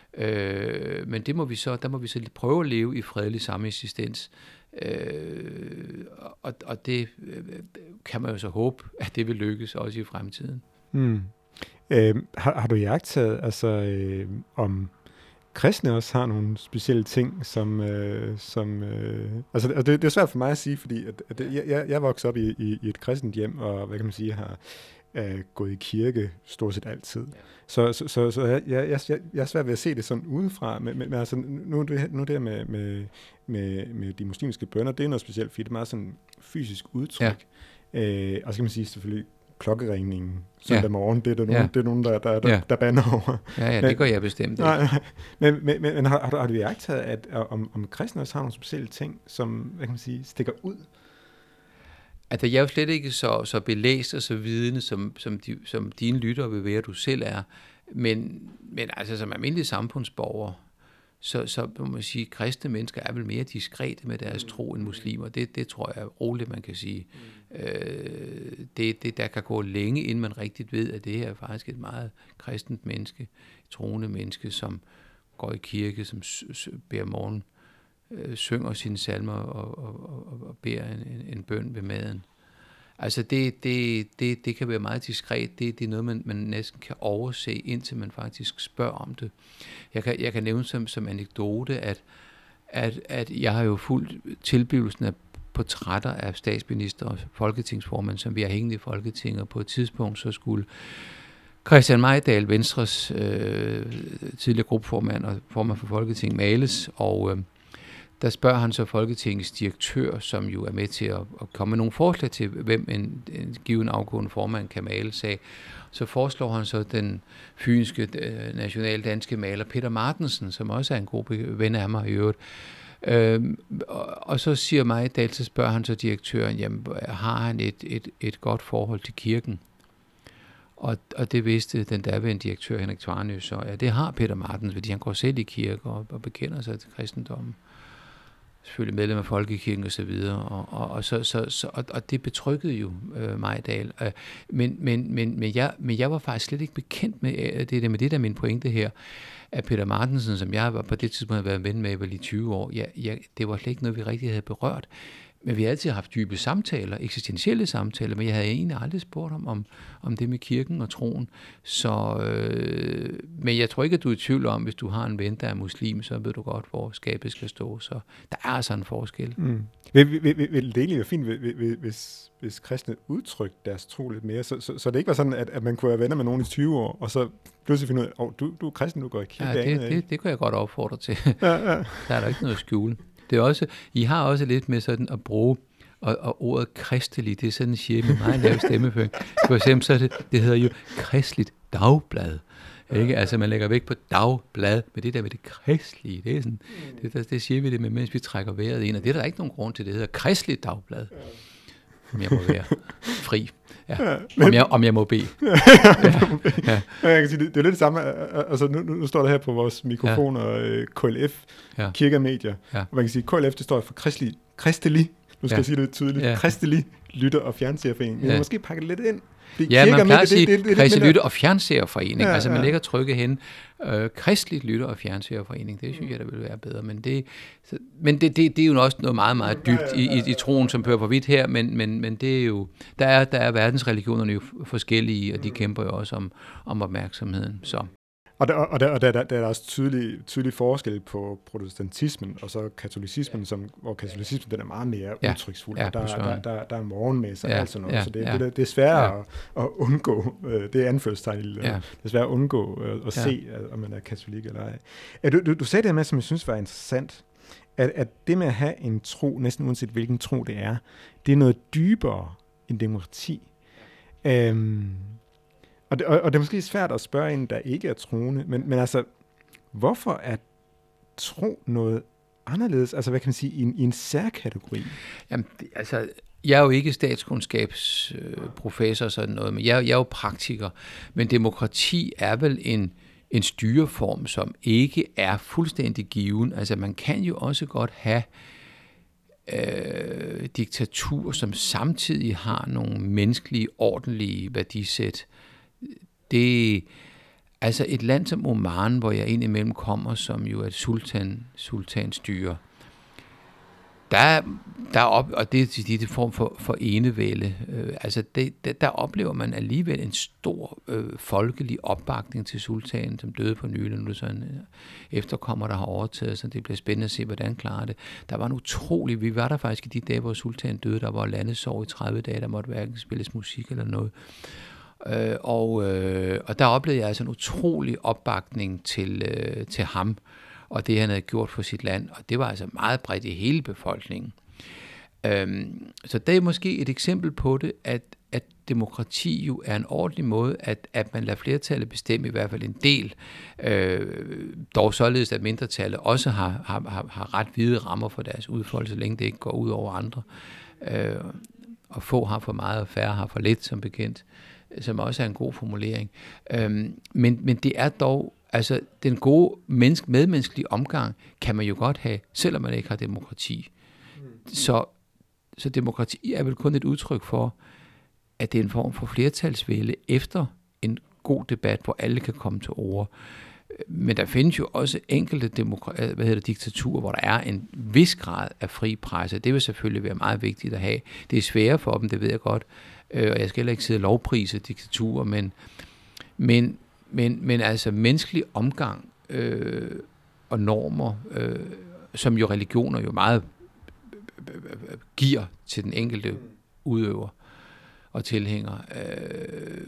Øh, men det må vi så, der må vi så prøve at leve i fredelig sameksistens. Øh, og, og det øh, kan man jo så håbe, at det vil lykkes også i fremtiden. Mm. Øh, har, har du iagttaget, altså øh, om kristne også har nogle specielle ting, som, øh, som øh, altså det, det er svært for mig at sige, fordi at, at jeg, jeg, jeg voksede op i, i, i et kristent hjem, og hvad kan man sige, har øh, gået i kirke stort set altid. Ja. Så, så, så, så jeg, jeg, jeg, jeg er svært ved at se det sådan udefra, men, men altså nu det, nu det med, med, med, med de muslimske bønner, det er noget specielt, fordi det er meget sådan fysisk udtryk. Ja. Øh, og så kan man sige selvfølgelig, klokkeringningen søndag ja. morgen, det er der nogen, ja. det er nogen der, der, der, ja. der bander over. Ja, ja, det gør jeg bestemt ikke. Nej, men, men, men har, har, du, har du iagttaget, at om, om kristne også har nogle specielle ting, som, hvad kan man sige, stikker ud? Altså, jeg er jo slet ikke så, så belæst og så vidende, som, som, de, som dine lyttere vil være, du selv er. Men, men altså, som almindelige samfundsborgere, så, så må man sige, at kristne mennesker er vel mere diskrete med deres tro end muslimer. Det, det tror jeg roligt, man kan sige. Mm. Øh, det, det, der kan gå længe, inden man rigtigt ved, at det her er faktisk et meget kristent menneske, et troende menneske, som går i kirke, som beder morgen, øh, synger sine salmer og, og, og, og beder en, en, en bøn ved maden. Altså det, det, det, det kan være meget diskret. Det, det er noget, man, man næsten kan overse, indtil man faktisk spørger om det. Jeg kan, jeg kan nævne som, som anekdote, at, at, at jeg har jo fulgt tilblivelsen af portrætter af statsminister og folketingsformand, som vi har hængende i Folketinget. På et tidspunkt så skulle Christian Mejdal, Venstres øh, tidligere gruppeformand og formand for Folketinget, males, og øh, der spørger han så Folketingets direktør, som jo er med til at, at komme med nogle forslag til, hvem en, en given afgående formand kan male sag. Så foreslår han så den fynske øh, nationaldanske maler Peter Martensen, som også er en god ven af mig i øvrigt. Øhm, og, og så siger Mejdal, så spørger han så direktøren, jamen, har han et, et, et godt forhold til kirken? Og, og det vidste den daværende direktør Henrik Tvarnø så, ja, det har Peter Martens, fordi han går selv i kirke og, og bekender sig til kristendommen. Selvfølgelig medlem af Folkekirken og så videre, og, og, og, så, så, så, og, og det betrykkede jo øh, Mejdal. Øh, men, men, men, men, jeg, men jeg var faktisk slet ikke bekendt med øh, det, der, med det der min pointe her, at Peter Martensen, som jeg var på det tidspunkt havde været ven med vel i tyve år, ja, ja, det var slet ikke noget, vi rigtig havde berørt. Men vi har altid haft dybe samtaler, eksistentielle samtaler, men jeg havde egentlig aldrig spurgt ham om, om det med kirken og troen. Så, øh, men jeg tror ikke, at du er i tvivl om, hvis du har en ven, der er muslim, så ved du godt, hvor skabet skal stå. Så der er altså en forskel. Mm. Vil, vil, vil, vil det egentlig være fint, hvis, hvis kristne udtrykte deres tro lidt mere, så, så, så det ikke var sådan, at, at man kunne være venner med nogen i tyve år, og så pludselig finde ud af, oh, du, du er kristen, du går i kirke. Ja, det, det, det, det kunne jeg godt opfordre til. Ja, ja. Der er der ikke noget at skjule. Det er også, I har også lidt med sådan at bruge, og, og ordet kristelig, det er sådan, siger med meget lav stemmeføring. For eksempel så det, det hedder jo kristeligt dagblad. Ikke? Altså man lægger vægt på dagblad, men det der med det kristelige, det er sådan, det, det, det siger vi det med, mens vi trækker vejret ind, og det er der ikke nogen grund til, det hedder kristeligt dagblad. Om jeg må være fri. Ja. Om, jeg, om jeg må bede. Ja. Ja. Ja. Jeg kan sige, det, det er lidt det samme. Altså, nu, nu står der her på vores mikrofoner ja. K L F, ja. Kirke og Medier. Ja. Og man kan sige, K L F, det står for kristelig, kristelig, nu skal ja. jeg sige det tydeligt, ja. kristelig lytter- og fjernseerforening. Men ja. måske pakke det lidt ind. Ja, man plejer at sige kristelig lytter- og fjernseerforening. Ja, altså man ja. lægger trykket hen. Øh, kristelig lytter- og fjernseerforening, det synes jeg, der vil være bedre. Men det, så, men det, det, det er jo også noget meget, meget dybt i, i, i troen, som kører for vidt her. Men, men, men det er jo, der er, der er verdensreligionerne jo forskellige, og de kæmper jo også om, om opmærksomheden. Så. Og der, og der, og der, der, der er også tydelig, tydelig forskel på protestantismen og så katolicismen, som, hvor katolicismen den er meget mere ja. udtryksfuld. Ja, der, der, der, der er morgenmesser og ja, alt sådan noget, ja, så det, ja. det, det er sværere ja. at, at undgå, det er anførselstegn, ja. det er svært at undgå at, at ja. se, om man er katolik eller ej. Du, du, du sagde det med, som jeg synes var interessant, at, at det med at have en tro, næsten uanset hvilken tro det er, det er noget dybere end demokrati. Øhm, Og det, og det er måske svært at spørge en, der ikke er troende, men, men altså, hvorfor er tro noget anderledes? Altså, hvad kan man sige, i en, i en særkategori? Jamen, altså, jeg er jo ikke statskundskabsprofessor og sådan noget, men jeg, jeg er jo praktiker. Men demokrati er vel en, en styreform, som ikke er fuldstændig given. Altså, man kan jo også godt have øh, diktatur, som samtidig har nogle menneskelige, ordentlige værdisæt. Det altså et land som Oman, hvor jeg indimellem kommer, som jo er et sultan, sultanstyre, der, der op, og det er det form for, for enevælde, øh, altså det, der, der oplever man alligevel en stor øh, folkelig opbakning til sultanen, som døde på nylig, nu sådan øh, efterkommer, der har overtaget, så det bliver spændende at se, hvordan klarer det. Der var en utrolig, vi var der faktisk i de dage, hvor sultanen døde, der var landesorg i tredive dage, der måtte hverken spilles musik eller noget. Øh, og, øh, og der oplevede jeg altså en utrolig opbakning til, øh, til ham, og det han havde gjort for sit land, og det var altså meget bredt i hele befolkningen. Øhm, så det er måske et eksempel på det, at, at demokrati jo er en ordentlig måde, at, at man lader flertallet bestemme i hvert fald en del, øh, dog således at mindretallet også har, har, har, har ret hvide rammer for deres udfoldelse, så længe det ikke går ud over andre. Øh, og få har for meget, og færre har for lidt, som bekendt, som også er en god formulering. Øhm, men, men det er dog, altså den gode menneske, medmenneskelige omgang kan man jo godt have, selvom man ikke har demokrati. Mm. Så, så demokrati er vel kun et udtryk for, at det er en form for flertalsvælde efter en god debat, hvor alle kan komme til ord. Men der findes jo også enkelte demokra- hvad hedder det, diktaturer, hvor der er en vis grad af fri presse. Det vil selvfølgelig være meget vigtigt at have. Det er sværere for dem, det ved jeg godt. Og jeg skal heller ikke sidde og lovprise diktaturer, men, men, men, men altså menneskelig omgang øh, og normer, øh, som jo religioner jo meget giver til den enkelte udøver og tilhænger, øh,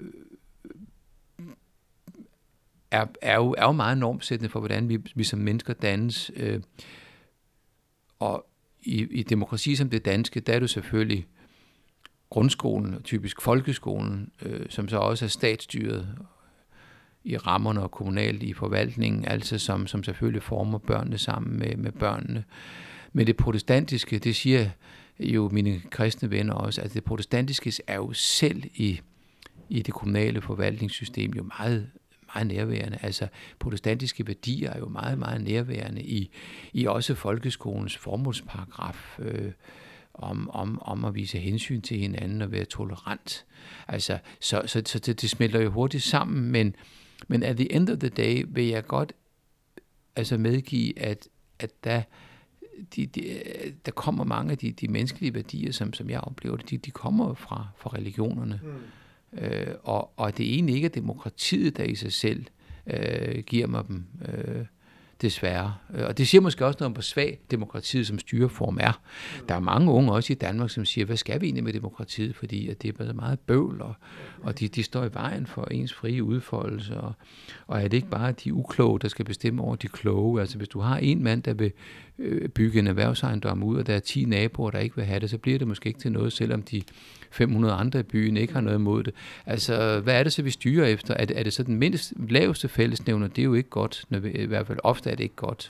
er, er, jo, er jo meget normsættende for, hvordan vi, vi som mennesker dannes. Øh, og i, i demokrati som det danske, der er du selvfølgelig grundskolen, typisk folkeskolen, øh, som så også er statsstyret i rammerne og kommunalt i forvaltningen, altså som, som selvfølgelig former børnene sammen med, med børnene. Men det protestantiske, det siger jo mine kristne venner også, at det protestantiske er jo selv i, i det kommunale forvaltningssystem jo meget, meget nærværende. Altså protestantiske værdier er jo meget, meget nærværende i, i også folkeskolens formålsparagraf, øh, om, om, om at vise hensyn til hinanden og være tolerant. Altså, så så, så det, det smelter jo hurtigt sammen, men, men at the end of the day vil jeg godt altså medgive, at, at der, de, de, der kommer mange af de, de menneskelige værdier, som, som jeg oplever det, de, de kommer fra, fra religionerne. Mm. Øh, og, og det egentlig ikke er demokratiet, der i sig selv øh, giver mig dem, øh, desværre. Og det siger måske også noget om, hvor svag demokratiet som styreform er. Der er mange unge også i Danmark, som siger, hvad skal vi egentlig med demokratiet, fordi at det er så meget bøvl, og, og de, de står i vejen for ens frie udfoldelse, og, og er det ikke bare de ukloge, der skal bestemme over de kloge? Altså hvis du har en mand, der vil øh, bygge en erhvervsejendom ud, og der er ti naboer, der ikke vil have det, så bliver det måske ikke til noget, selvom de fem hundrede andre i byen ikke har noget imod det. Altså, hvad er det så, vi styrer efter? Er det, er det så den mindst laveste fællesnævner? Det er jo ikke godt, når vi, i hvert fald ofte er det ikke godt.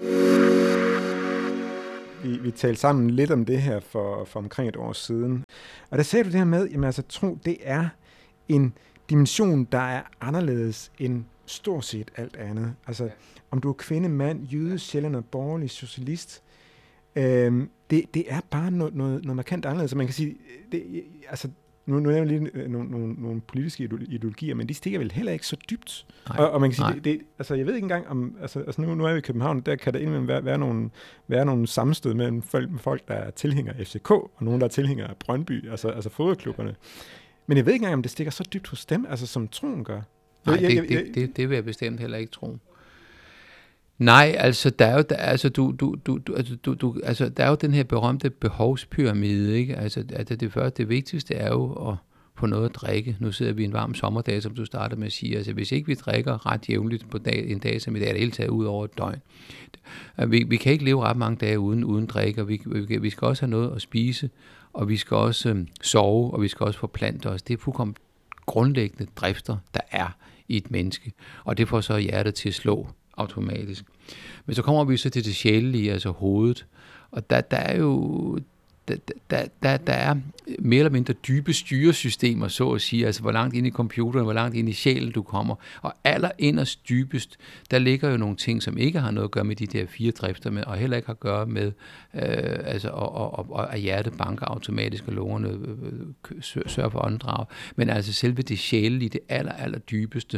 Vi, vi talte sammen lidt om det her for, for omkring et år siden. Og der sagde du det her med, jamen altså tro, det er en dimension, der er anderledes end stort set alt andet. Altså, om du er kvinde, mand, jøde, sjældent og borgerlig, socialist, øhm, det, det er bare noget, noget, noget markant anderledes. Så man kan sige, det, altså, nu, nu er jeg lige nogle, nogle, nogle politiske ideologier, men de stikker vel heller ikke så dybt. Og, og man kan sige, det, det, altså jeg ved ikke engang om, altså, altså nu, nu er vi i København, der kan der indimellem være, være, nogle, være nogle sammenstød mellem folk, folk, der er tilhængere af F C K, og nogen, der er tilhængere af Brøndby, altså, altså fodboldklubberne. Men jeg ved ikke engang, om det stikker så dybt hos dem, altså som troen gør. Nej, jeg, det, jeg, jeg, det, det, det vil jeg bestemt heller ikke tro. Nej, altså der er jo der, altså du du du du altså du, du altså der er jo den her berømte behovspyramide, ikke? Altså altså det første, det vigtigste er jo at få noget at drikke. Nu sidder vi en varm sommerdag, som du starter med at sige. Altså hvis ikke vi drikker ret jævnligt på dag, en dag som i dag, er det hele taget ud over et døgn. Vi, vi kan ikke leve ret mange dage uden uden drikke, og vi, vi, vi skal også have noget at spise, og vi skal også øhm, sove, og vi skal også forplante os. Det er fuldkommen grundlæggende drifter, der er i et menneske, og det får så hjertet til at slå automatisk. Men så kommer vi så til det sjælelige, altså hovedet, og der, der er jo der, der, der, der er mere eller mindre dybe styresystemer, så at sige, altså hvor langt ind i computeren, hvor langt ind i sjælen du kommer, og allerinderst dybest, der ligger jo nogle ting, som ikke har noget at gøre med de der fire drifter, med, og heller ikke har at gøre med, øh, altså, og, og, og, og at hjertet banker automatisk, og lungerne øh, sørger for åndedrag, men altså selve det sjælelige, det aller, aller dybeste.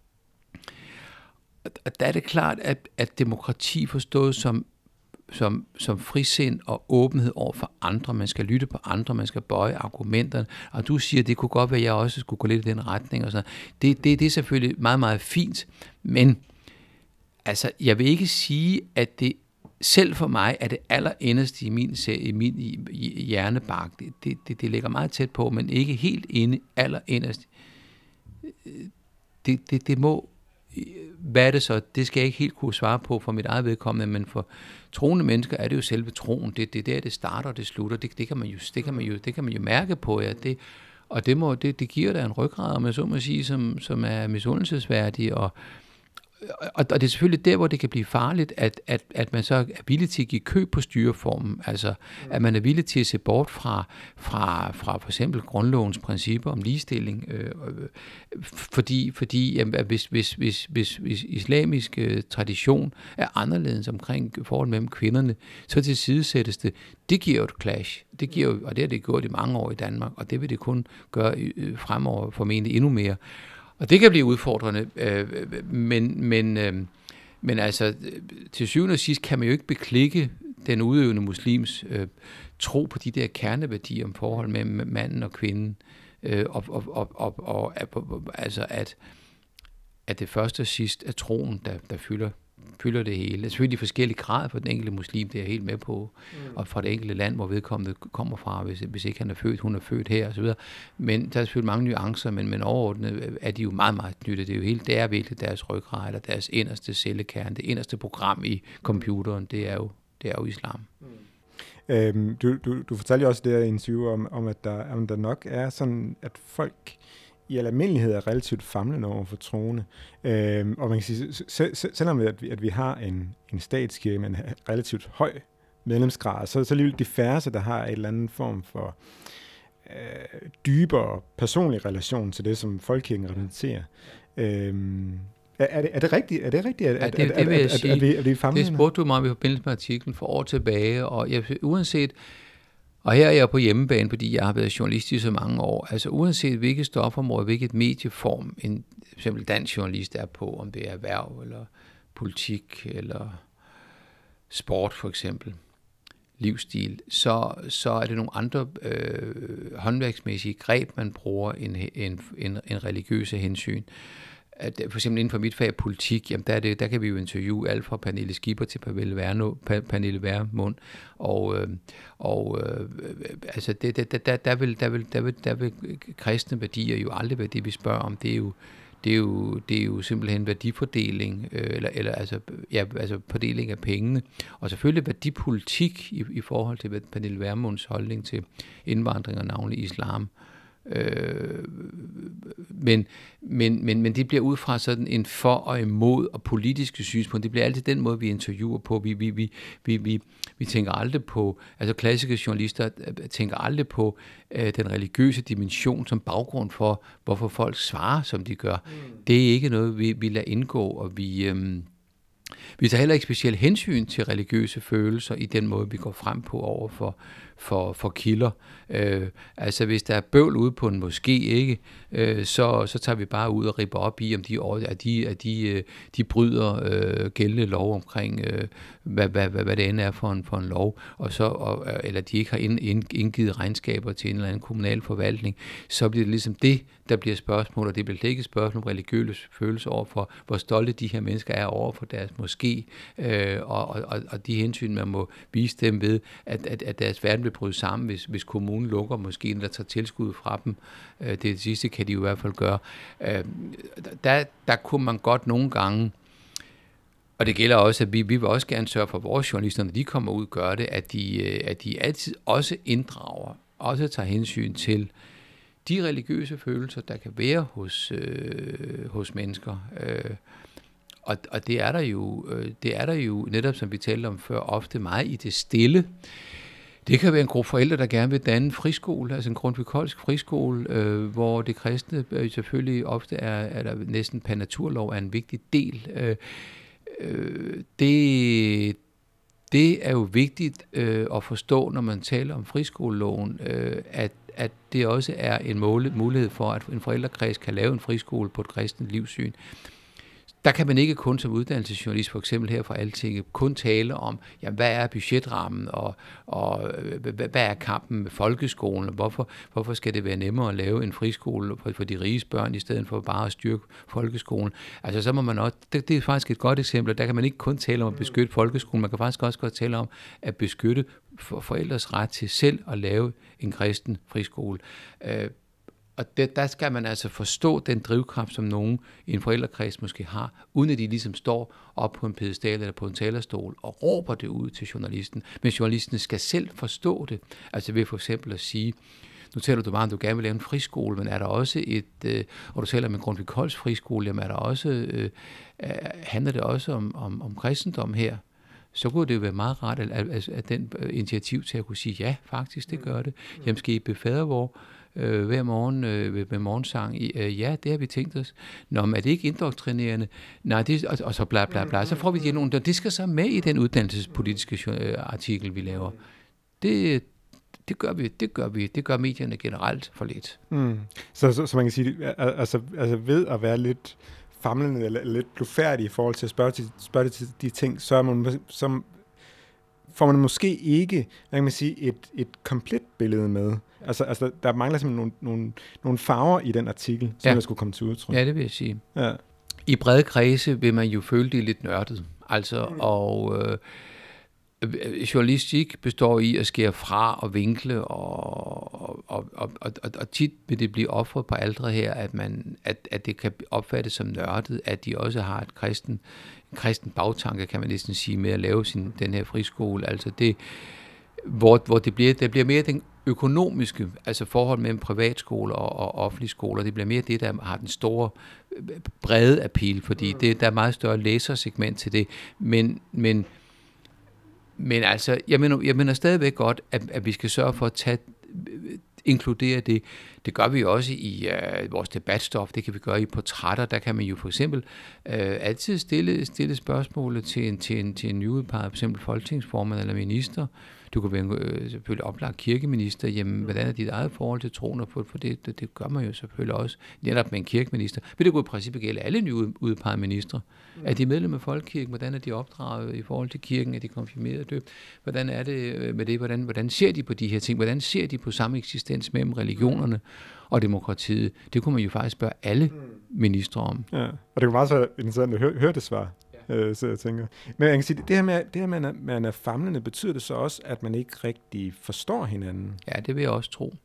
Og der er det klart, at, at demokrati forstået som, som, som frisind og åbenhed over for andre, man skal lytte på andre, man skal bøje argumenterne, og du siger, det kunne godt være, at jeg også skulle gå lidt i den retning, og sådan. Det, det, det er selvfølgelig meget, meget fint, men altså, jeg vil ikke sige, at det selv for mig er det allerinderste i min, i min hjernebark. Det, det, det, det ligger meget tæt på, men ikke helt inde, allerinderst. Det, det, det må hvad er det så? Det skal jeg ikke helt kunne svare på for mit eget vedkommende, men for troende mennesker er det jo selve troen. Det, det er der, det starter og det slutter. Det, det, kan man jo, det, kan man jo, det kan man jo mærke på, ja. Det, og det, må, det, det giver da en ryggrad, om jeg så må sige, som, som er misundelsesværdig. Og, og, og det er selvfølgelig der, hvor det kan blive farligt, at, at, at man så er villig til at give køb på styreformen. Altså, at man er villig til at se bort fra, fra, fra for eksempel grundlovens principper om ligestilling. Øh, fordi fordi jamen, hvis, hvis, hvis, hvis, hvis islamisk øh, tradition er anderledes omkring forhold mellem kvinderne, så tilsidesættes det. Det giver jo et clash. Det giver jo, og det har det gjort i mange år i Danmark, og det vil det kun gøre øh, fremover formentlig endnu mere. Og det kan blive udfordrende, øh, men, men, øh, men altså til syvende og sidst kan man jo ikke beklikke den udøvende muslims øh, tro på de der kerneværdier om forhold mellem manden og kvinden, øh, og, og, og, og, og, og altså at, at det første og sidst er troen, der, der fylder, fylder det hele. Det er selvfølgelig forskellige grader for den enkelte muslim, det er jeg helt med på, mm. og fra det enkelte land, hvor vedkommende kommer fra, hvis, hvis ikke han er født, hun er født her osv. Men der er selvfølgelig mange nuancer, men, men overordnet er de jo meget, meget knyttet. Det er jo helt, det er virkelig deres ryggrad, eller deres inderste cellekerne, det inderste program i computeren, det er jo, det er jo islam. Mm. Øhm, du, du, du fortalte jo også det her interview om, om, at der, om der nok er sådan, at folk i almindelighed er relativt famlende over for troende. Øhm, og man kan sige, se, se, selvom at vi, at vi har en, en statskirke med en relativt høj medlemsgrad, så, så alligevel de færreste, der har en eller anden form for øh, dybere personlig relation til det, som folkekirken repræsenterer. Øhm, er, er, det, er det rigtigt? Er det rigtigt? At, ja, det, at, det vil jeg at, sige. at, at, at, at vi famlende? Det spurgte du mig i forbindelse med artiklen for år tilbage, og jeg, uanset, og her er jeg på hjemmebane, fordi jeg har været journalist i så mange år, altså uanset hvilket stofområde, hvilket medieform en for eksempel dansk journalist er på, om det er erhverv, eller politik, eller sport for eksempel, livsstil, så, så er det nogle andre øh, håndværksmæssige greb, man bruger en, en, en, en religiøse hensyn. At for eksempel inden for mit fag politik, jamen der, er det, der kan vi jo interviewe alt fra Pernille Skipper til Pernille Vermund, og, øh, og øh, altså det, det, der, der, vil, der, vil, der, vil, der vil kristne værdier jo aldrig være det, vi spørger om. Det er jo, det er jo, det er jo simpelthen værdifordeling, øh, eller, eller altså, ja, altså fordeling af pengene, og selvfølgelig værdipolitik i, i forhold til Pernille Vermunds holdning til indvandring og navnlig islam. Øh, men, men, men, men det bliver ud fra sådan en for og imod og politiske synspunkt. Det bliver altid den måde, vi interviewer på. Vi, vi, vi, vi, vi, vi tænker aldrig på, altså klassiske journalister tænker aldrig på øh, den religiøse dimension som baggrund for, hvorfor folk svarer, som de gør. Mm. Det er ikke noget, vi, vi lader indgå, og vi... Øh, Vi tager heller ikke specielt hensyn til religiøse følelser i den måde, vi går frem på over for, for, for kilder. Øh, altså hvis der er bøvl ude på en moské, ikke, øh, så, så tager vi bare ud og ripper op i, om de, at de, at de, de bryder øh, gældende lov omkring, øh, hvad, hvad, hvad, hvad det end er for en, for en lov, og så, og, eller de ikke har ind, ind, indgivet regnskaber til en eller anden kommunal forvaltning, så bliver det ligesom det, der bliver spørgsmål, og det bliver ikke spørgsmål om religiøse følelser over for, hvor stolte de her mennesker er over for deres moské, øh, og, og, og de hensyn, man må vise dem ved, at, at, at deres verden bliver bryde sammen, hvis, hvis kommunen lukker moskéen, der tager tilskud fra dem. Øh, det, det sidste kan de jo i hvert fald gøre. Øh, der, der kunne man godt nogle gange, og det gælder også, at vi, vi vil også gerne sørge for, at vores journalister, når de kommer ud, gør det, at de, at de altid også inddrager, også tager hensyn til de religiøse følelser, der kan være hos, øh, hos mennesker. Øh, og, og det er der jo, øh, det er der jo netop, som vi talte om før, ofte meget i det stille. Det kan være en gruppe forældre, der gerne vil danne en friskole, altså en grundtvikolsk friskole, øh, hvor det kristne øh, selvfølgelig ofte er, er der næsten per naturlov er en vigtig del. Øh, øh, det, det er jo vigtigt øh, at forstå, når man taler om friskoleloven, øh, at at det også er en mulighed for, at en forældrekreds kan lave en friskole på et kristent livssyn. Der kan man ikke kun som uddannelsesjournalist, for eksempel her fra Altinget, kun tale om, jamen, hvad er budgetrammen, og, og hvad er kampen med folkeskolen, og hvorfor, hvorfor skal det være nemmere at lave en friskole for, for de riges børn, i stedet for bare at styrke folkeskolen. Altså så må man også, det, det er faktisk et godt eksempel, der kan man ikke kun tale om at beskytte folkeskolen, man kan faktisk også godt tale om at beskytte for, forældres ret til selv at lave en kristen friskole. Øh, Og det, der skal man altså forstå den drivkraft, som nogen i en forældrekreds måske har, uden at de ligesom står op på en pedestal eller på en talerstol og råber det ud til journalisten. Men journalisten skal selv forstå det. Altså ved for eksempel at sige, nu taler du meget om, du gerne vil lave en friskole, men er der også et, øh, og du taler om en Grundtvig-Kolds friskole, jamen er der også, øh, handler det også om, om, om kristendom her? Så kunne det jo være meget rart, at, at, at den initiativ til at kunne sige, ja, faktisk, det gør det. Jamen skal I befader vor øh, hver morgen øh, med morgensang? Øh, ja, det har vi tænkt os. Nå, men er det ikke indoktrinerende? Nej, det, og, og så bla bla bla. Så får vi det nogle, det skal så med i den uddannelsespolitiske øh, artikel, vi laver. Det, det gør vi, det gør vi, det gør medierne generelt for lidt. Mm. Så, så, så man kan sige, altså, altså ved at være lidt famlende eller lidt blufærdig i forhold til at spørge til, spørge til de ting, så, er man, så får man måske ikke, hvad kan man sige, et, et komplet billede med. Altså, altså der mangler simpelthen nogle, nogle, nogle farver i den artikel, som ja. der skulle komme til udtryk. Ja, det vil jeg sige. Ja. I brede kredse vil man jo føle det lidt nørdet. Altså, mm. og øh, journalistik består i at skære fra og vinkle, og, og, og, og, og tit vil det blive offret på aldret her, at, man, at, at det kan opfattes som nørdet, at de også har et kristen, en kristen bagtanke, kan man næsten sige, med at lave sin, den her friskole. Altså det, hvor, hvor det, bliver, det bliver mere den økonomiske, altså forhold mellem privatskoler og, og offentlige skoler, det bliver mere det, der har den store brede appeal, fordi det, der er meget større læsersegment til det, men, men, men altså, jeg mener, jeg mener stadigvæk godt, at, at vi skal sørge for at tage, inkludere det. Det gør vi jo også i uh, vores debatstof, det kan vi gøre i portrætter, der kan man jo for eksempel uh, altid stille, stille spørgsmål til en, til en, til en nyudpeget, for eksempel folketingsformand eller minister. Du kan være øh, selvfølgelig oplagt kirkeminister. Jamen, hvordan er dit eget forhold til troen? Og for, for det, det, det gør man jo selvfølgelig også. Netop med en kirkeminister. Men det kunne i princippet gælde alle nyudpegede ministre. Mm. Er de medlem af folkekirken? Hvordan er de opdraget i forhold til kirken? Er de konfirmeret døbt? Hvordan er det med det? Hvordan, hvordan ser de på de her ting? Hvordan ser de på samme eksistens mellem religionerne og demokratiet? Det kunne man jo faktisk spørge alle ministre om. Ja, og det kunne meget så interessant at høre, høre det svar. Øh, så jeg tænker. Men jeg kan sige, det her med, det her med at man er famlende, betyder det så også, at man ikke rigtig forstår hinanden? Ja, det vil jeg også tro.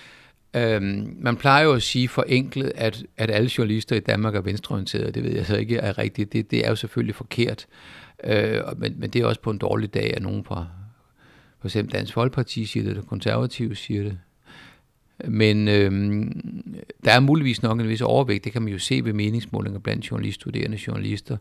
Øhm, man plejer jo at sige forenklet, at, at alle journalister i Danmark er venstreorienterede. Det ved jeg så ikke er rigtigt. Det, det er jo selvfølgelig forkert. Øh, men, men det er også på en dårlig dag, at nogen fra for eksempel Dansk Folkeparti siger det, eller Konservative siger det. Men øhm, der er muligvis nok en vis overvægt. Det kan man jo se ved meningsmålinger blandt journaliststuderende journalister.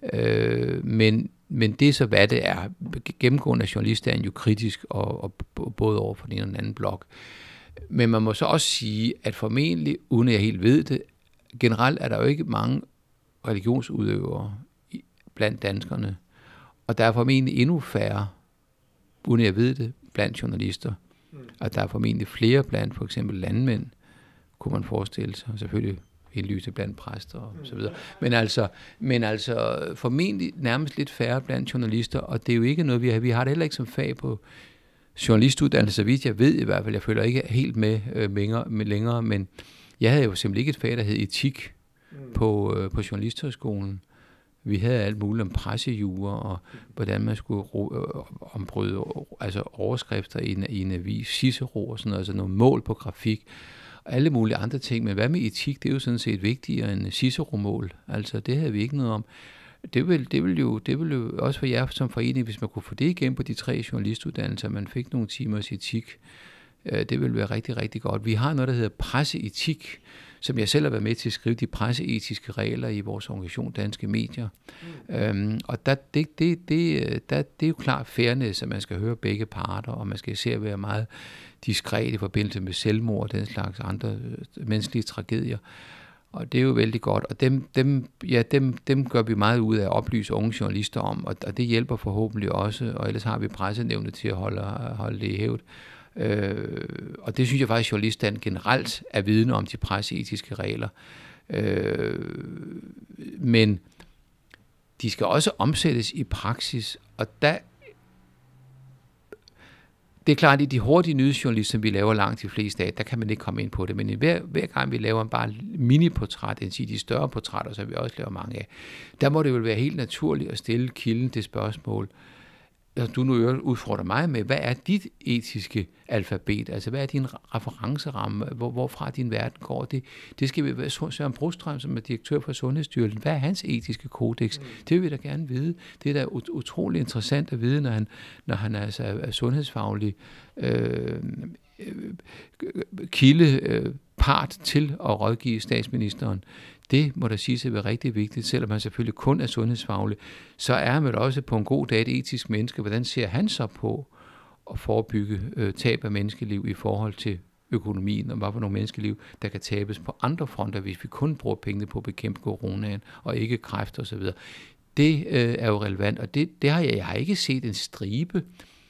Øh, men, men det er så, hvad det er. Gennemgående af journalister er jo kritisk, og, og både over for den ene og den anden blok. Men man må så også sige, at formentlig, uden at jeg helt ved det, generelt er der jo ikke mange religionsudøvere blandt danskerne. Og der er formentlig endnu færre, uden at jeg ved det, blandt journalister. Og der er formentlig flere blandt for eksempel landmænd, kunne man forestille sig, og selvfølgelig indlyse blandt præster og så videre. Men altså, men altså formentlig nærmest lidt færre blandt journalister, og det er jo ikke noget, vi har. Vi har det heller ikke som fag på journalistuddannelse, så vidt jeg ved i hvert fald. Jeg føler ikke helt med, øh, længere, med længere, men jeg havde jo simpelthen ikke et fag, der hed etik mm. på, øh, på journalisthøjskolen. Vi havde alt muligt om pressejure, og hvordan man skulle ro- ombryde altså overskrifter i en, i en avis, Cicero og sådan noget, altså nogle mål på grafik, og alle mulige andre ting. Men hvad med etik, det er jo sådan set vigtigere end Cicero-mål. Altså, det havde vi ikke noget om. Det vil, det vil jo, det vil jo også for jer som forening, hvis man kunne få det igen på de tre journalistuddannelser, man fik nogle timers etik, det vil være rigtig, rigtig godt. Vi har noget, der hedder presseetik, som jeg selv har været med til at skrive de presseetiske regler i vores organisation Danske Medier. Mm. Øhm, og der, det, det, det, der, det er jo klart fairness, at man skal høre begge parter, og man skal især være meget diskret i forbindelse med selvmord og den slags andre menneskelige tragedier. Og det er jo vældig godt, og dem, dem, ja, dem, dem gør vi meget ud af at oplyse unge journalister om, og, og det hjælper forhåbentlig også, og ellers har vi pressenævnet til at holde, holde det i hævd. Øh, og det synes jeg faktisk, at journalisterne generelt er vidne om de presseetiske regler. Øh, men de skal også omsættes i praksis, og der det er klart, at i de hurtige nyhedsjournalister, som vi laver langt de fleste af, der kan man ikke komme ind på det, men hver, hver gang vi laver bare en mini-portræt, end de større portrætter, som vi også laver mange af, der må det vel være helt naturligt at stille kilden det spørgsmål, du nu udfordrer mig med, hvad er dit etiske alfabet? Altså, hvad er din referenceramme? Hvor, hvorfra din verden går? Det, det skal vi være. Søren Brostrøm, som er direktør for Sundhedsstyrelsen. Hvad er hans etiske kodex? Mm. Det vil vi da gerne vide. Det er da ut- utrolig interessant at vide, når han, når han altså er sundhedsfaglig øh, øh, kilde øh, part til at rådgive statsministeren. Det må da sige at være rigtig vigtigt, selvom han selvfølgelig kun er sundhedsfaglig. Så er han vel også på en god dag et etisk menneske. Hvordan ser han så på at forebygge øh, tab af menneskeliv i forhold til økonomien, og hvad for nogle menneskeliv, der kan tabes på andre fronter, hvis vi kun bruger pengene på at bekæmpe coronaen, og ikke kræft osv. Det øh, er jo relevant, og det, det har jeg, jeg har ikke set en stribe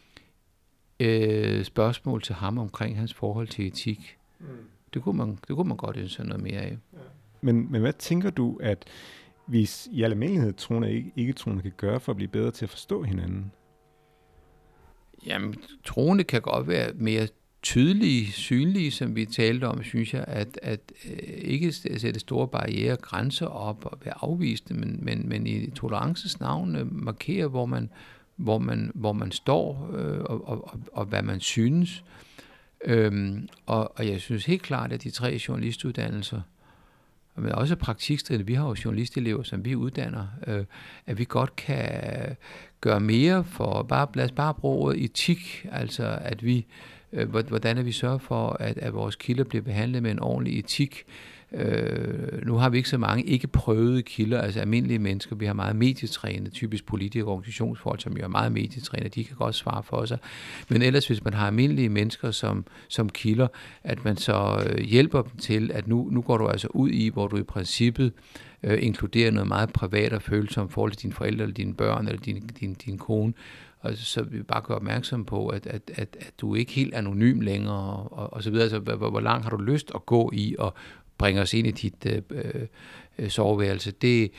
øh, spørgsmål til ham omkring hans forhold til etik. Mm. Det kunne man, det kunne man godt ønske noget mere af. Ja. Men, men hvad tænker du, at vi i almindelighed troende og ikke troende kan gøre for at blive bedre til at forstå hinanden? Jamen, troende kan godt være mere tydelige, synlige, som vi talte om, synes jeg, at, at øh, ikke sætte store barrierer, grænser op og være afviste, men, men, men i tolerancens navn øh, markere, hvor man, hvor man, hvor man står øh, og, og, og, og hvad man synes. Øhm, og, og jeg synes helt klart, at de tre journalistuddannelser men også praktikstederne. Vi har jo journalistelever, som vi uddanner, øh, at vi godt kan gøre mere for, bare, lad os bare bruge ordet etik, altså at vi, øh, hvordan er vi sørger for, at, at vores kilder bliver behandlet med en ordentlig etik. Øh, nu har vi ikke så mange ikke prøvede kilder, altså almindelige mennesker. Vi har meget medietrænede, typisk politikere og organisationsfolk, som jo er meget medietrænede, de kan godt svare for sig. Men ellers, hvis man har almindelige mennesker som, som kilder, at man så øh, hjælper dem til, at nu, nu går du altså ud i, hvor du i princippet øh, inkluderer noget meget privat og følsomt forhold til dine forældre, eller dine børn, eller din, din, din kone. Og så vil vi bare gøre opmærksom på, at, at, at, at du ikke er helt anonym længere, og, og så videre. Altså, hvor, hvor langt har du lyst at gå i, og bringe os ind i dit øh, øh, soveværelse. Det,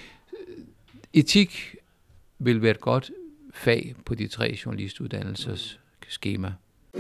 etik vil være et godt fag på de tre journalistuddannelsers skema.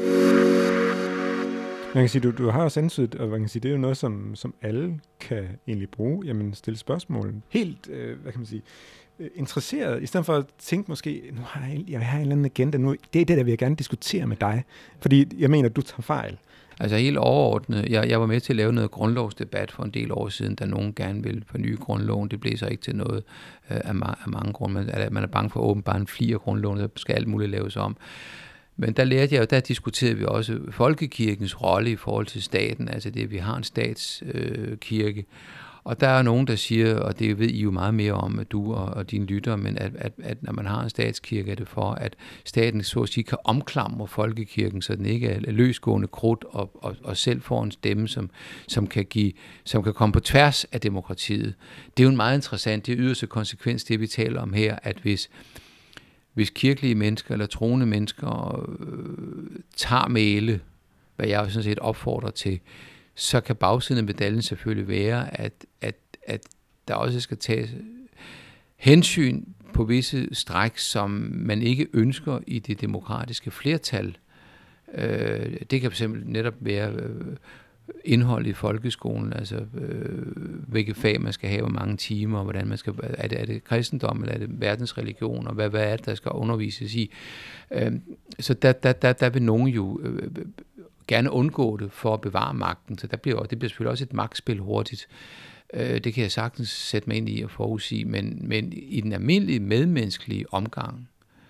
Man kan sige, du, du har også antydet, og man kan sige, det er jo noget, som, som alle kan egentlig bruge. Jamen, stille spørgsmål. Helt, øh, hvad kan man sige, interesseret, i stedet for at tænke måske, nu har jeg, jeg har en eller anden agenda, nu, det er det, der vil jeg gerne diskutere med dig. Fordi jeg mener, du tager fejl. Altså helt overordnet, jeg, jeg var med til at lave noget grundlovsdebat for en del år siden, da nogen gerne ville forny grundloven. Det blev så ikke til noget øh, af, ma- af mange grunde. Man, altså, man er bange for at åbne bare en fli af grundloven, så skal alt muligt laves om. Men der lærte jeg jo, der diskuterede vi også folkekirkens rolle i forhold til staten, altså det, at vi har en statskirke. Øh, og der er nogen, der siger, og det ved I jo meget mere om, at du og, og dine lyttere, men at, at, at når man har en statskirke, er det for, at staten så at sige kan omklamre folkekirken, så den ikke er løsgående krudt og, og, og selv får en stemme, som, som, kan give, som kan komme på tværs af demokratiet. Det er jo en meget interessant, det er yderste konsekvens, det vi taler om her, at hvis, hvis kirkelige mennesker eller troende mennesker øh, tager mæle, hvad jeg sådan set opfordrer til, så kan bagsiden af medaljen selvfølgelig være, at, at, at der også skal tages hensyn på visse stræk, som man ikke ønsker i det demokratiske flertal. Øh, det kan fx netop være øh, indhold i folkeskolen, altså øh, hvilke fag man skal have, hvor mange timer, og hvordan man skal, er det, er det kristendom, eller er det verdensreligion, og hvad, hvad er det, der skal undervises i. Øh, så der, der, der, der vil nogen jo øh, gerne undgå det for at bevare magten, så der bliver, det bliver selvfølgelig også et magtspil hurtigt. Det kan jeg sagtens sætte mig ind i og forudsige, men, men i den almindelige medmenneskelige omgang,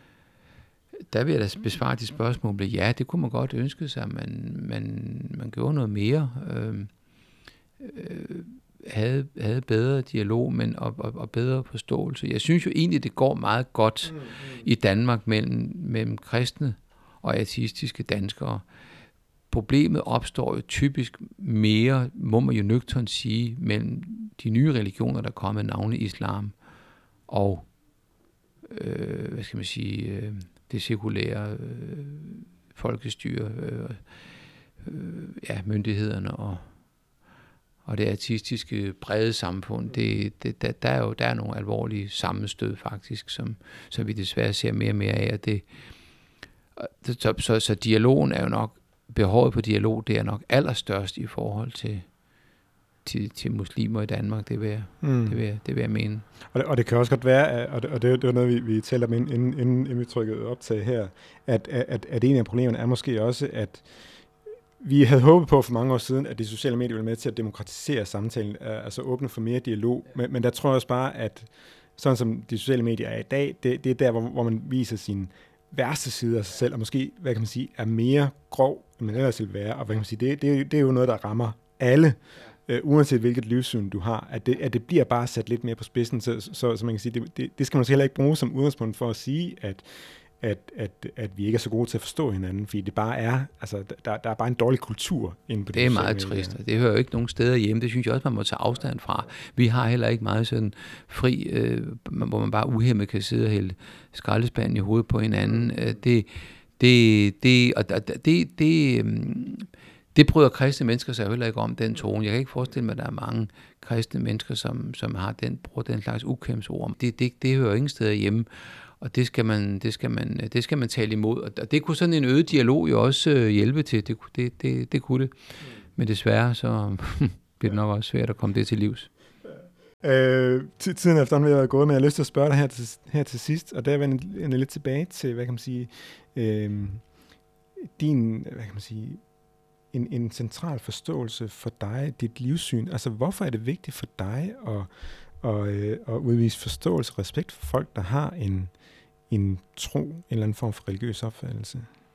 der vil jeg da besvare de spørgsmål, ja, det kunne man godt ønske sig, men man, man gjorde noget mere, øh, øh, havde, havde bedre dialog men, og, og, og bedre forståelse. Jeg synes jo egentlig, det går meget godt mm, mm. i Danmark mellem, mellem kristne og ateistiske danskere. Problemet opstår jo typisk mere, må man jo nøgternt sige, mellem de nye religioner, der er kommet, navnlig islam, og øh, hvad skal man sige, øh, det cirkulære øh, folkestyre, øh, øh, ja, myndighederne og, og det ateistiske brede samfund. Det, det, der, der er jo der er nogle alvorlige sammenstød faktisk, som, som vi desværre ser mere og mere af. Og det, så, så, så dialogen er jo nok behovet på dialog, det er nok allerstørst i forhold til, til, til muslimer i Danmark, det vil jeg, mm. det vil jeg, det vil jeg mene. Og det, og det kan også godt være, og det, og det, det var noget, vi, vi talte om, inden, inden, inden vi trykkede optag her, at, at, at en af problemerne er måske også, at vi havde håbet på for mange år siden, at de sociale medier ville med til at demokratisere samtalen, altså åbne for mere dialog, men, men der tror jeg også bare, at sådan som de sociale medier er i dag, det, det er der, hvor, hvor man viser sin værste side af sig selv, og måske, hvad kan man sige, er mere grov, end man ellers vil være. Og hvad kan man sige, det, det, det er jo noget, der rammer alle, øh, uanset hvilket livssyn du har, at det, at det bliver bare sat lidt mere på spidsen, så, så, så man kan sige, det, det, det skal man så heller ikke bruge som udgangspunkt for at sige, at, at, at, at vi ikke er så gode til at forstå hinanden, fordi det bare er, altså, der, der er bare en dårlig kultur inde på det. Det er meget trist, og det hører jo ikke nogen steder hjemme. Det synes jeg også, man må tage afstand fra. Vi har heller ikke meget sådan fri, øh, hvor man bare uhæmmet kan sidde og hælde skraldespanden i hovedet på hinanden. Det, det, det, og det, det, det, det bryder kristne mennesker sig heller ikke om, den tone. Jeg kan ikke forestille mig, at der er mange kristne mennesker, som, som har den, bruger den slags ukvemsord. Det, det, det hører ingen steder hjemme. Og det skal man, det skal man, det skal man tale imod. Og det kunne sådan en øget dialog jo også hjælpe til. Det, det, det, det kunne det. Men desværre så bliver det nok også svært at komme det til livs. Øh, tiden er efterhånden ved at være gået, men jeg har lyst til at spørge dig her til, her til sidst, og der vender jeg lidt tilbage til, hvad kan man sige, øh, din, hvad kan man sige, en, en central forståelse for dig, dit livssyn? Altså, hvorfor er det vigtigt for dig at, at, at, at udvise forståelse og respekt for folk, der har en, en tro, en eller anden form for religiøs opfattelse?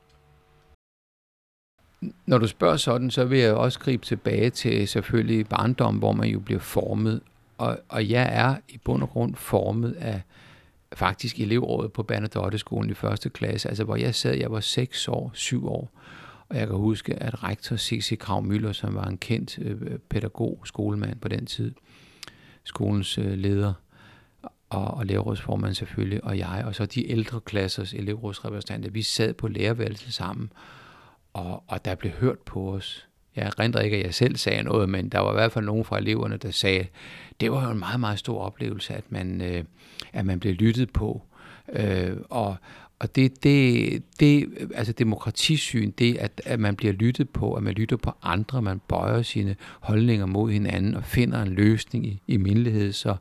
Når du spørger sådan, så vil jeg også gribe tilbage til selvfølgelig barndom, hvor man jo bliver formet. Og, og jeg er i bund og grund formet af faktisk elevrådet på Bernadotteskolen i første klasse, altså hvor jeg sad, jeg var seks år, syv år, og jeg kan huske, at rektor C C Krag-Müller, som var en kendt øh, pædagog, skolemand på den tid, skolens øh, leder, og, og elevrådsformand selvfølgelig, og jeg, og så de ældre klassers elevrådsrepræsentanter, vi sad på lærerværelset sammen, og, og der blev hørt på os. Jeg erindrer ikke, at jeg selv sagde noget, men der var i hvert fald nogen fra eleverne, der sagde, det var jo en meget, meget stor oplevelse, at man, øh, at man blev lyttet på. Øh, og og det, det, det, altså demokratisyn, det at, at man bliver lyttet på, at man lytter på andre, man bøjer sine holdninger mod hinanden og finder en løsning i, i mindelighed, så,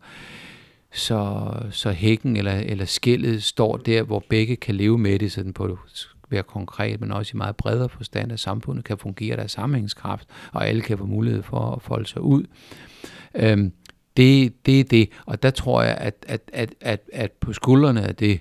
så, så hækken eller, eller skældet står der, hvor begge kan leve med det, sådan på være konkret, men også i meget bredere forstand, at samfundet kan fungere, der er sammenhængskraft, og alle kan få mulighed for at folde sig ud. Øhm, det, det er det, og der tror jeg, at, at, at, at, at på skuldrene af det,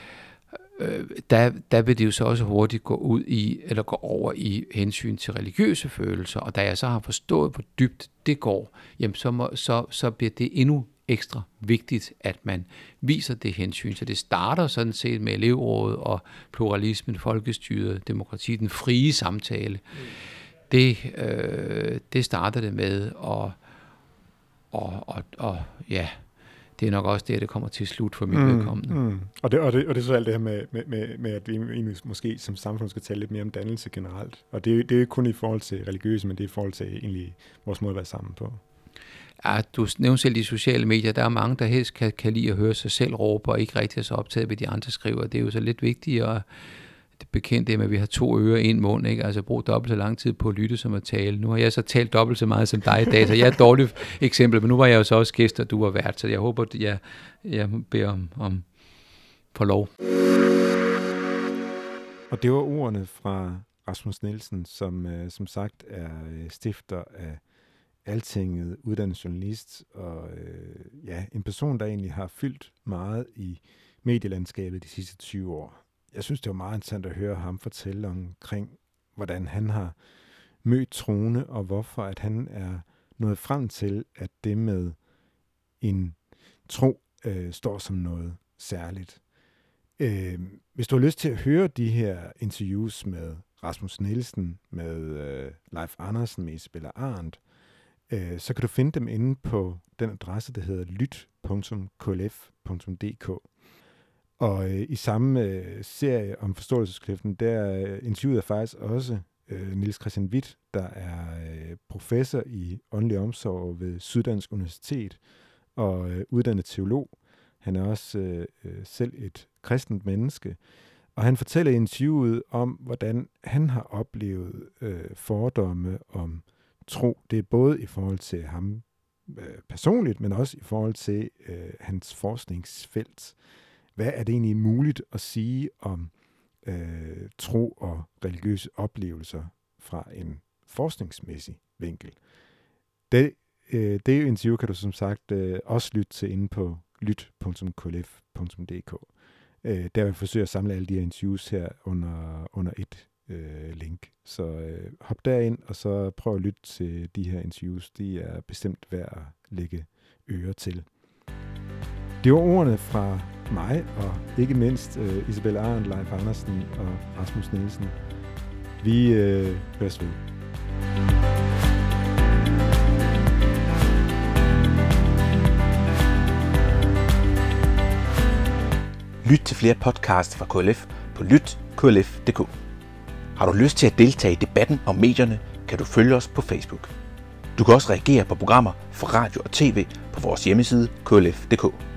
øh, der, der vil det jo så også hurtigt gå ud i, eller gå over i hensyn til religiøse følelser, og da jeg så har forstået, hvor dybt det går, jamen så, må, så, så bliver det endnu ekstra vigtigt, at man viser det hensyn. Så det starter sådan set med elevrådet og pluralismen, folkestyret, demokrati, den frie samtale. Mm. Det, øh, det starter det med, og, og, og, og ja, det er nok også det, det kommer til slut for mit mm, vedkommende. Mm. Og, det, og, det, og det er så alt det her med, med, med, med at vi måske som samfund skal tale lidt mere om dannelse generelt. Og det er, det er ikke kun i forhold til religiøse, men det er i forhold til egentlig vores måde at være sammen på. Ja, du nævner selv de sociale medier. Der er mange, der helst kan, kan lide at høre sig selv råbe, og ikke rigtig er så optaget, hvad de andre skriver. Det er jo så lidt vigtigt, og det bekendte med, at vi har to ører og en mund, ikke? Altså brug dobbelt så lang tid på at lytte som at tale. Nu har jeg så talt dobbelt så meget som dig i dag, så jeg er et dårligt eksempel, men nu var jeg jo så også gæst, og du var vært, så jeg håber, at jeg, jeg beder om, om for lov. Og det var ordene fra Rasmus Nielsen, som som sagt er stifter af Altinget, uddannet journalist, og øh, ja, en person, der egentlig har fyldt meget i medielandskabet de sidste tyve år. Jeg synes, det var meget interessant at høre ham fortælle omkring, hvordan han har mødt troende, og hvorfor at han er nået frem til, at det med en tro øh, står som noget særligt. Øh, hvis du har lyst til at høre de her interviews med Rasmus Nielsen, med øh, Leif Andersen, med Isabella Arendt, så kan du finde dem inde på den adresse, der hedder lyt punktum k l f punktum d k. Og øh, i samme øh, serie om forståelseskløften, der øh, interviewede jeg faktisk også øh, Niels Christian Hvidt, der er øh, professor i åndelig omsorg ved Syddansk Universitet og øh, uddannet teolog. Han er også øh, selv et kristent menneske, og han fortæller i interviewet om, hvordan han har oplevet øh, fordomme om tro. Det er både i forhold til ham øh, personligt, men også i forhold til øh, hans forskningsfelt. Hvad er det egentlig muligt at sige om øh, tro og religiøse oplevelser fra en forskningsmæssig vinkel? Det, øh, det interview kan du som sagt øh, også lytte til inde på lyt punktum k l f punktum d k. Øh, der vil jeg forsøge at samle alle de her interviews her under, under et øh, link. Så øh, hop derind, og så prøv at lytte til de her interviews. De er bestemt værd at lægge øre til. Det var ordene fra mig, og ikke mindst øh, Isabella Arendt, Leif Andersen og Rasmus Nielsen. Vi øh, høres ved. Lyt til flere podcasts fra K L F på lyt punktum k l f punktum d k. Har du lyst til at deltage i debatten om medierne, kan du følge os på Facebook. Du kan også reagere på programmer fra radio og tv på vores hjemmeside k l f punktum d k.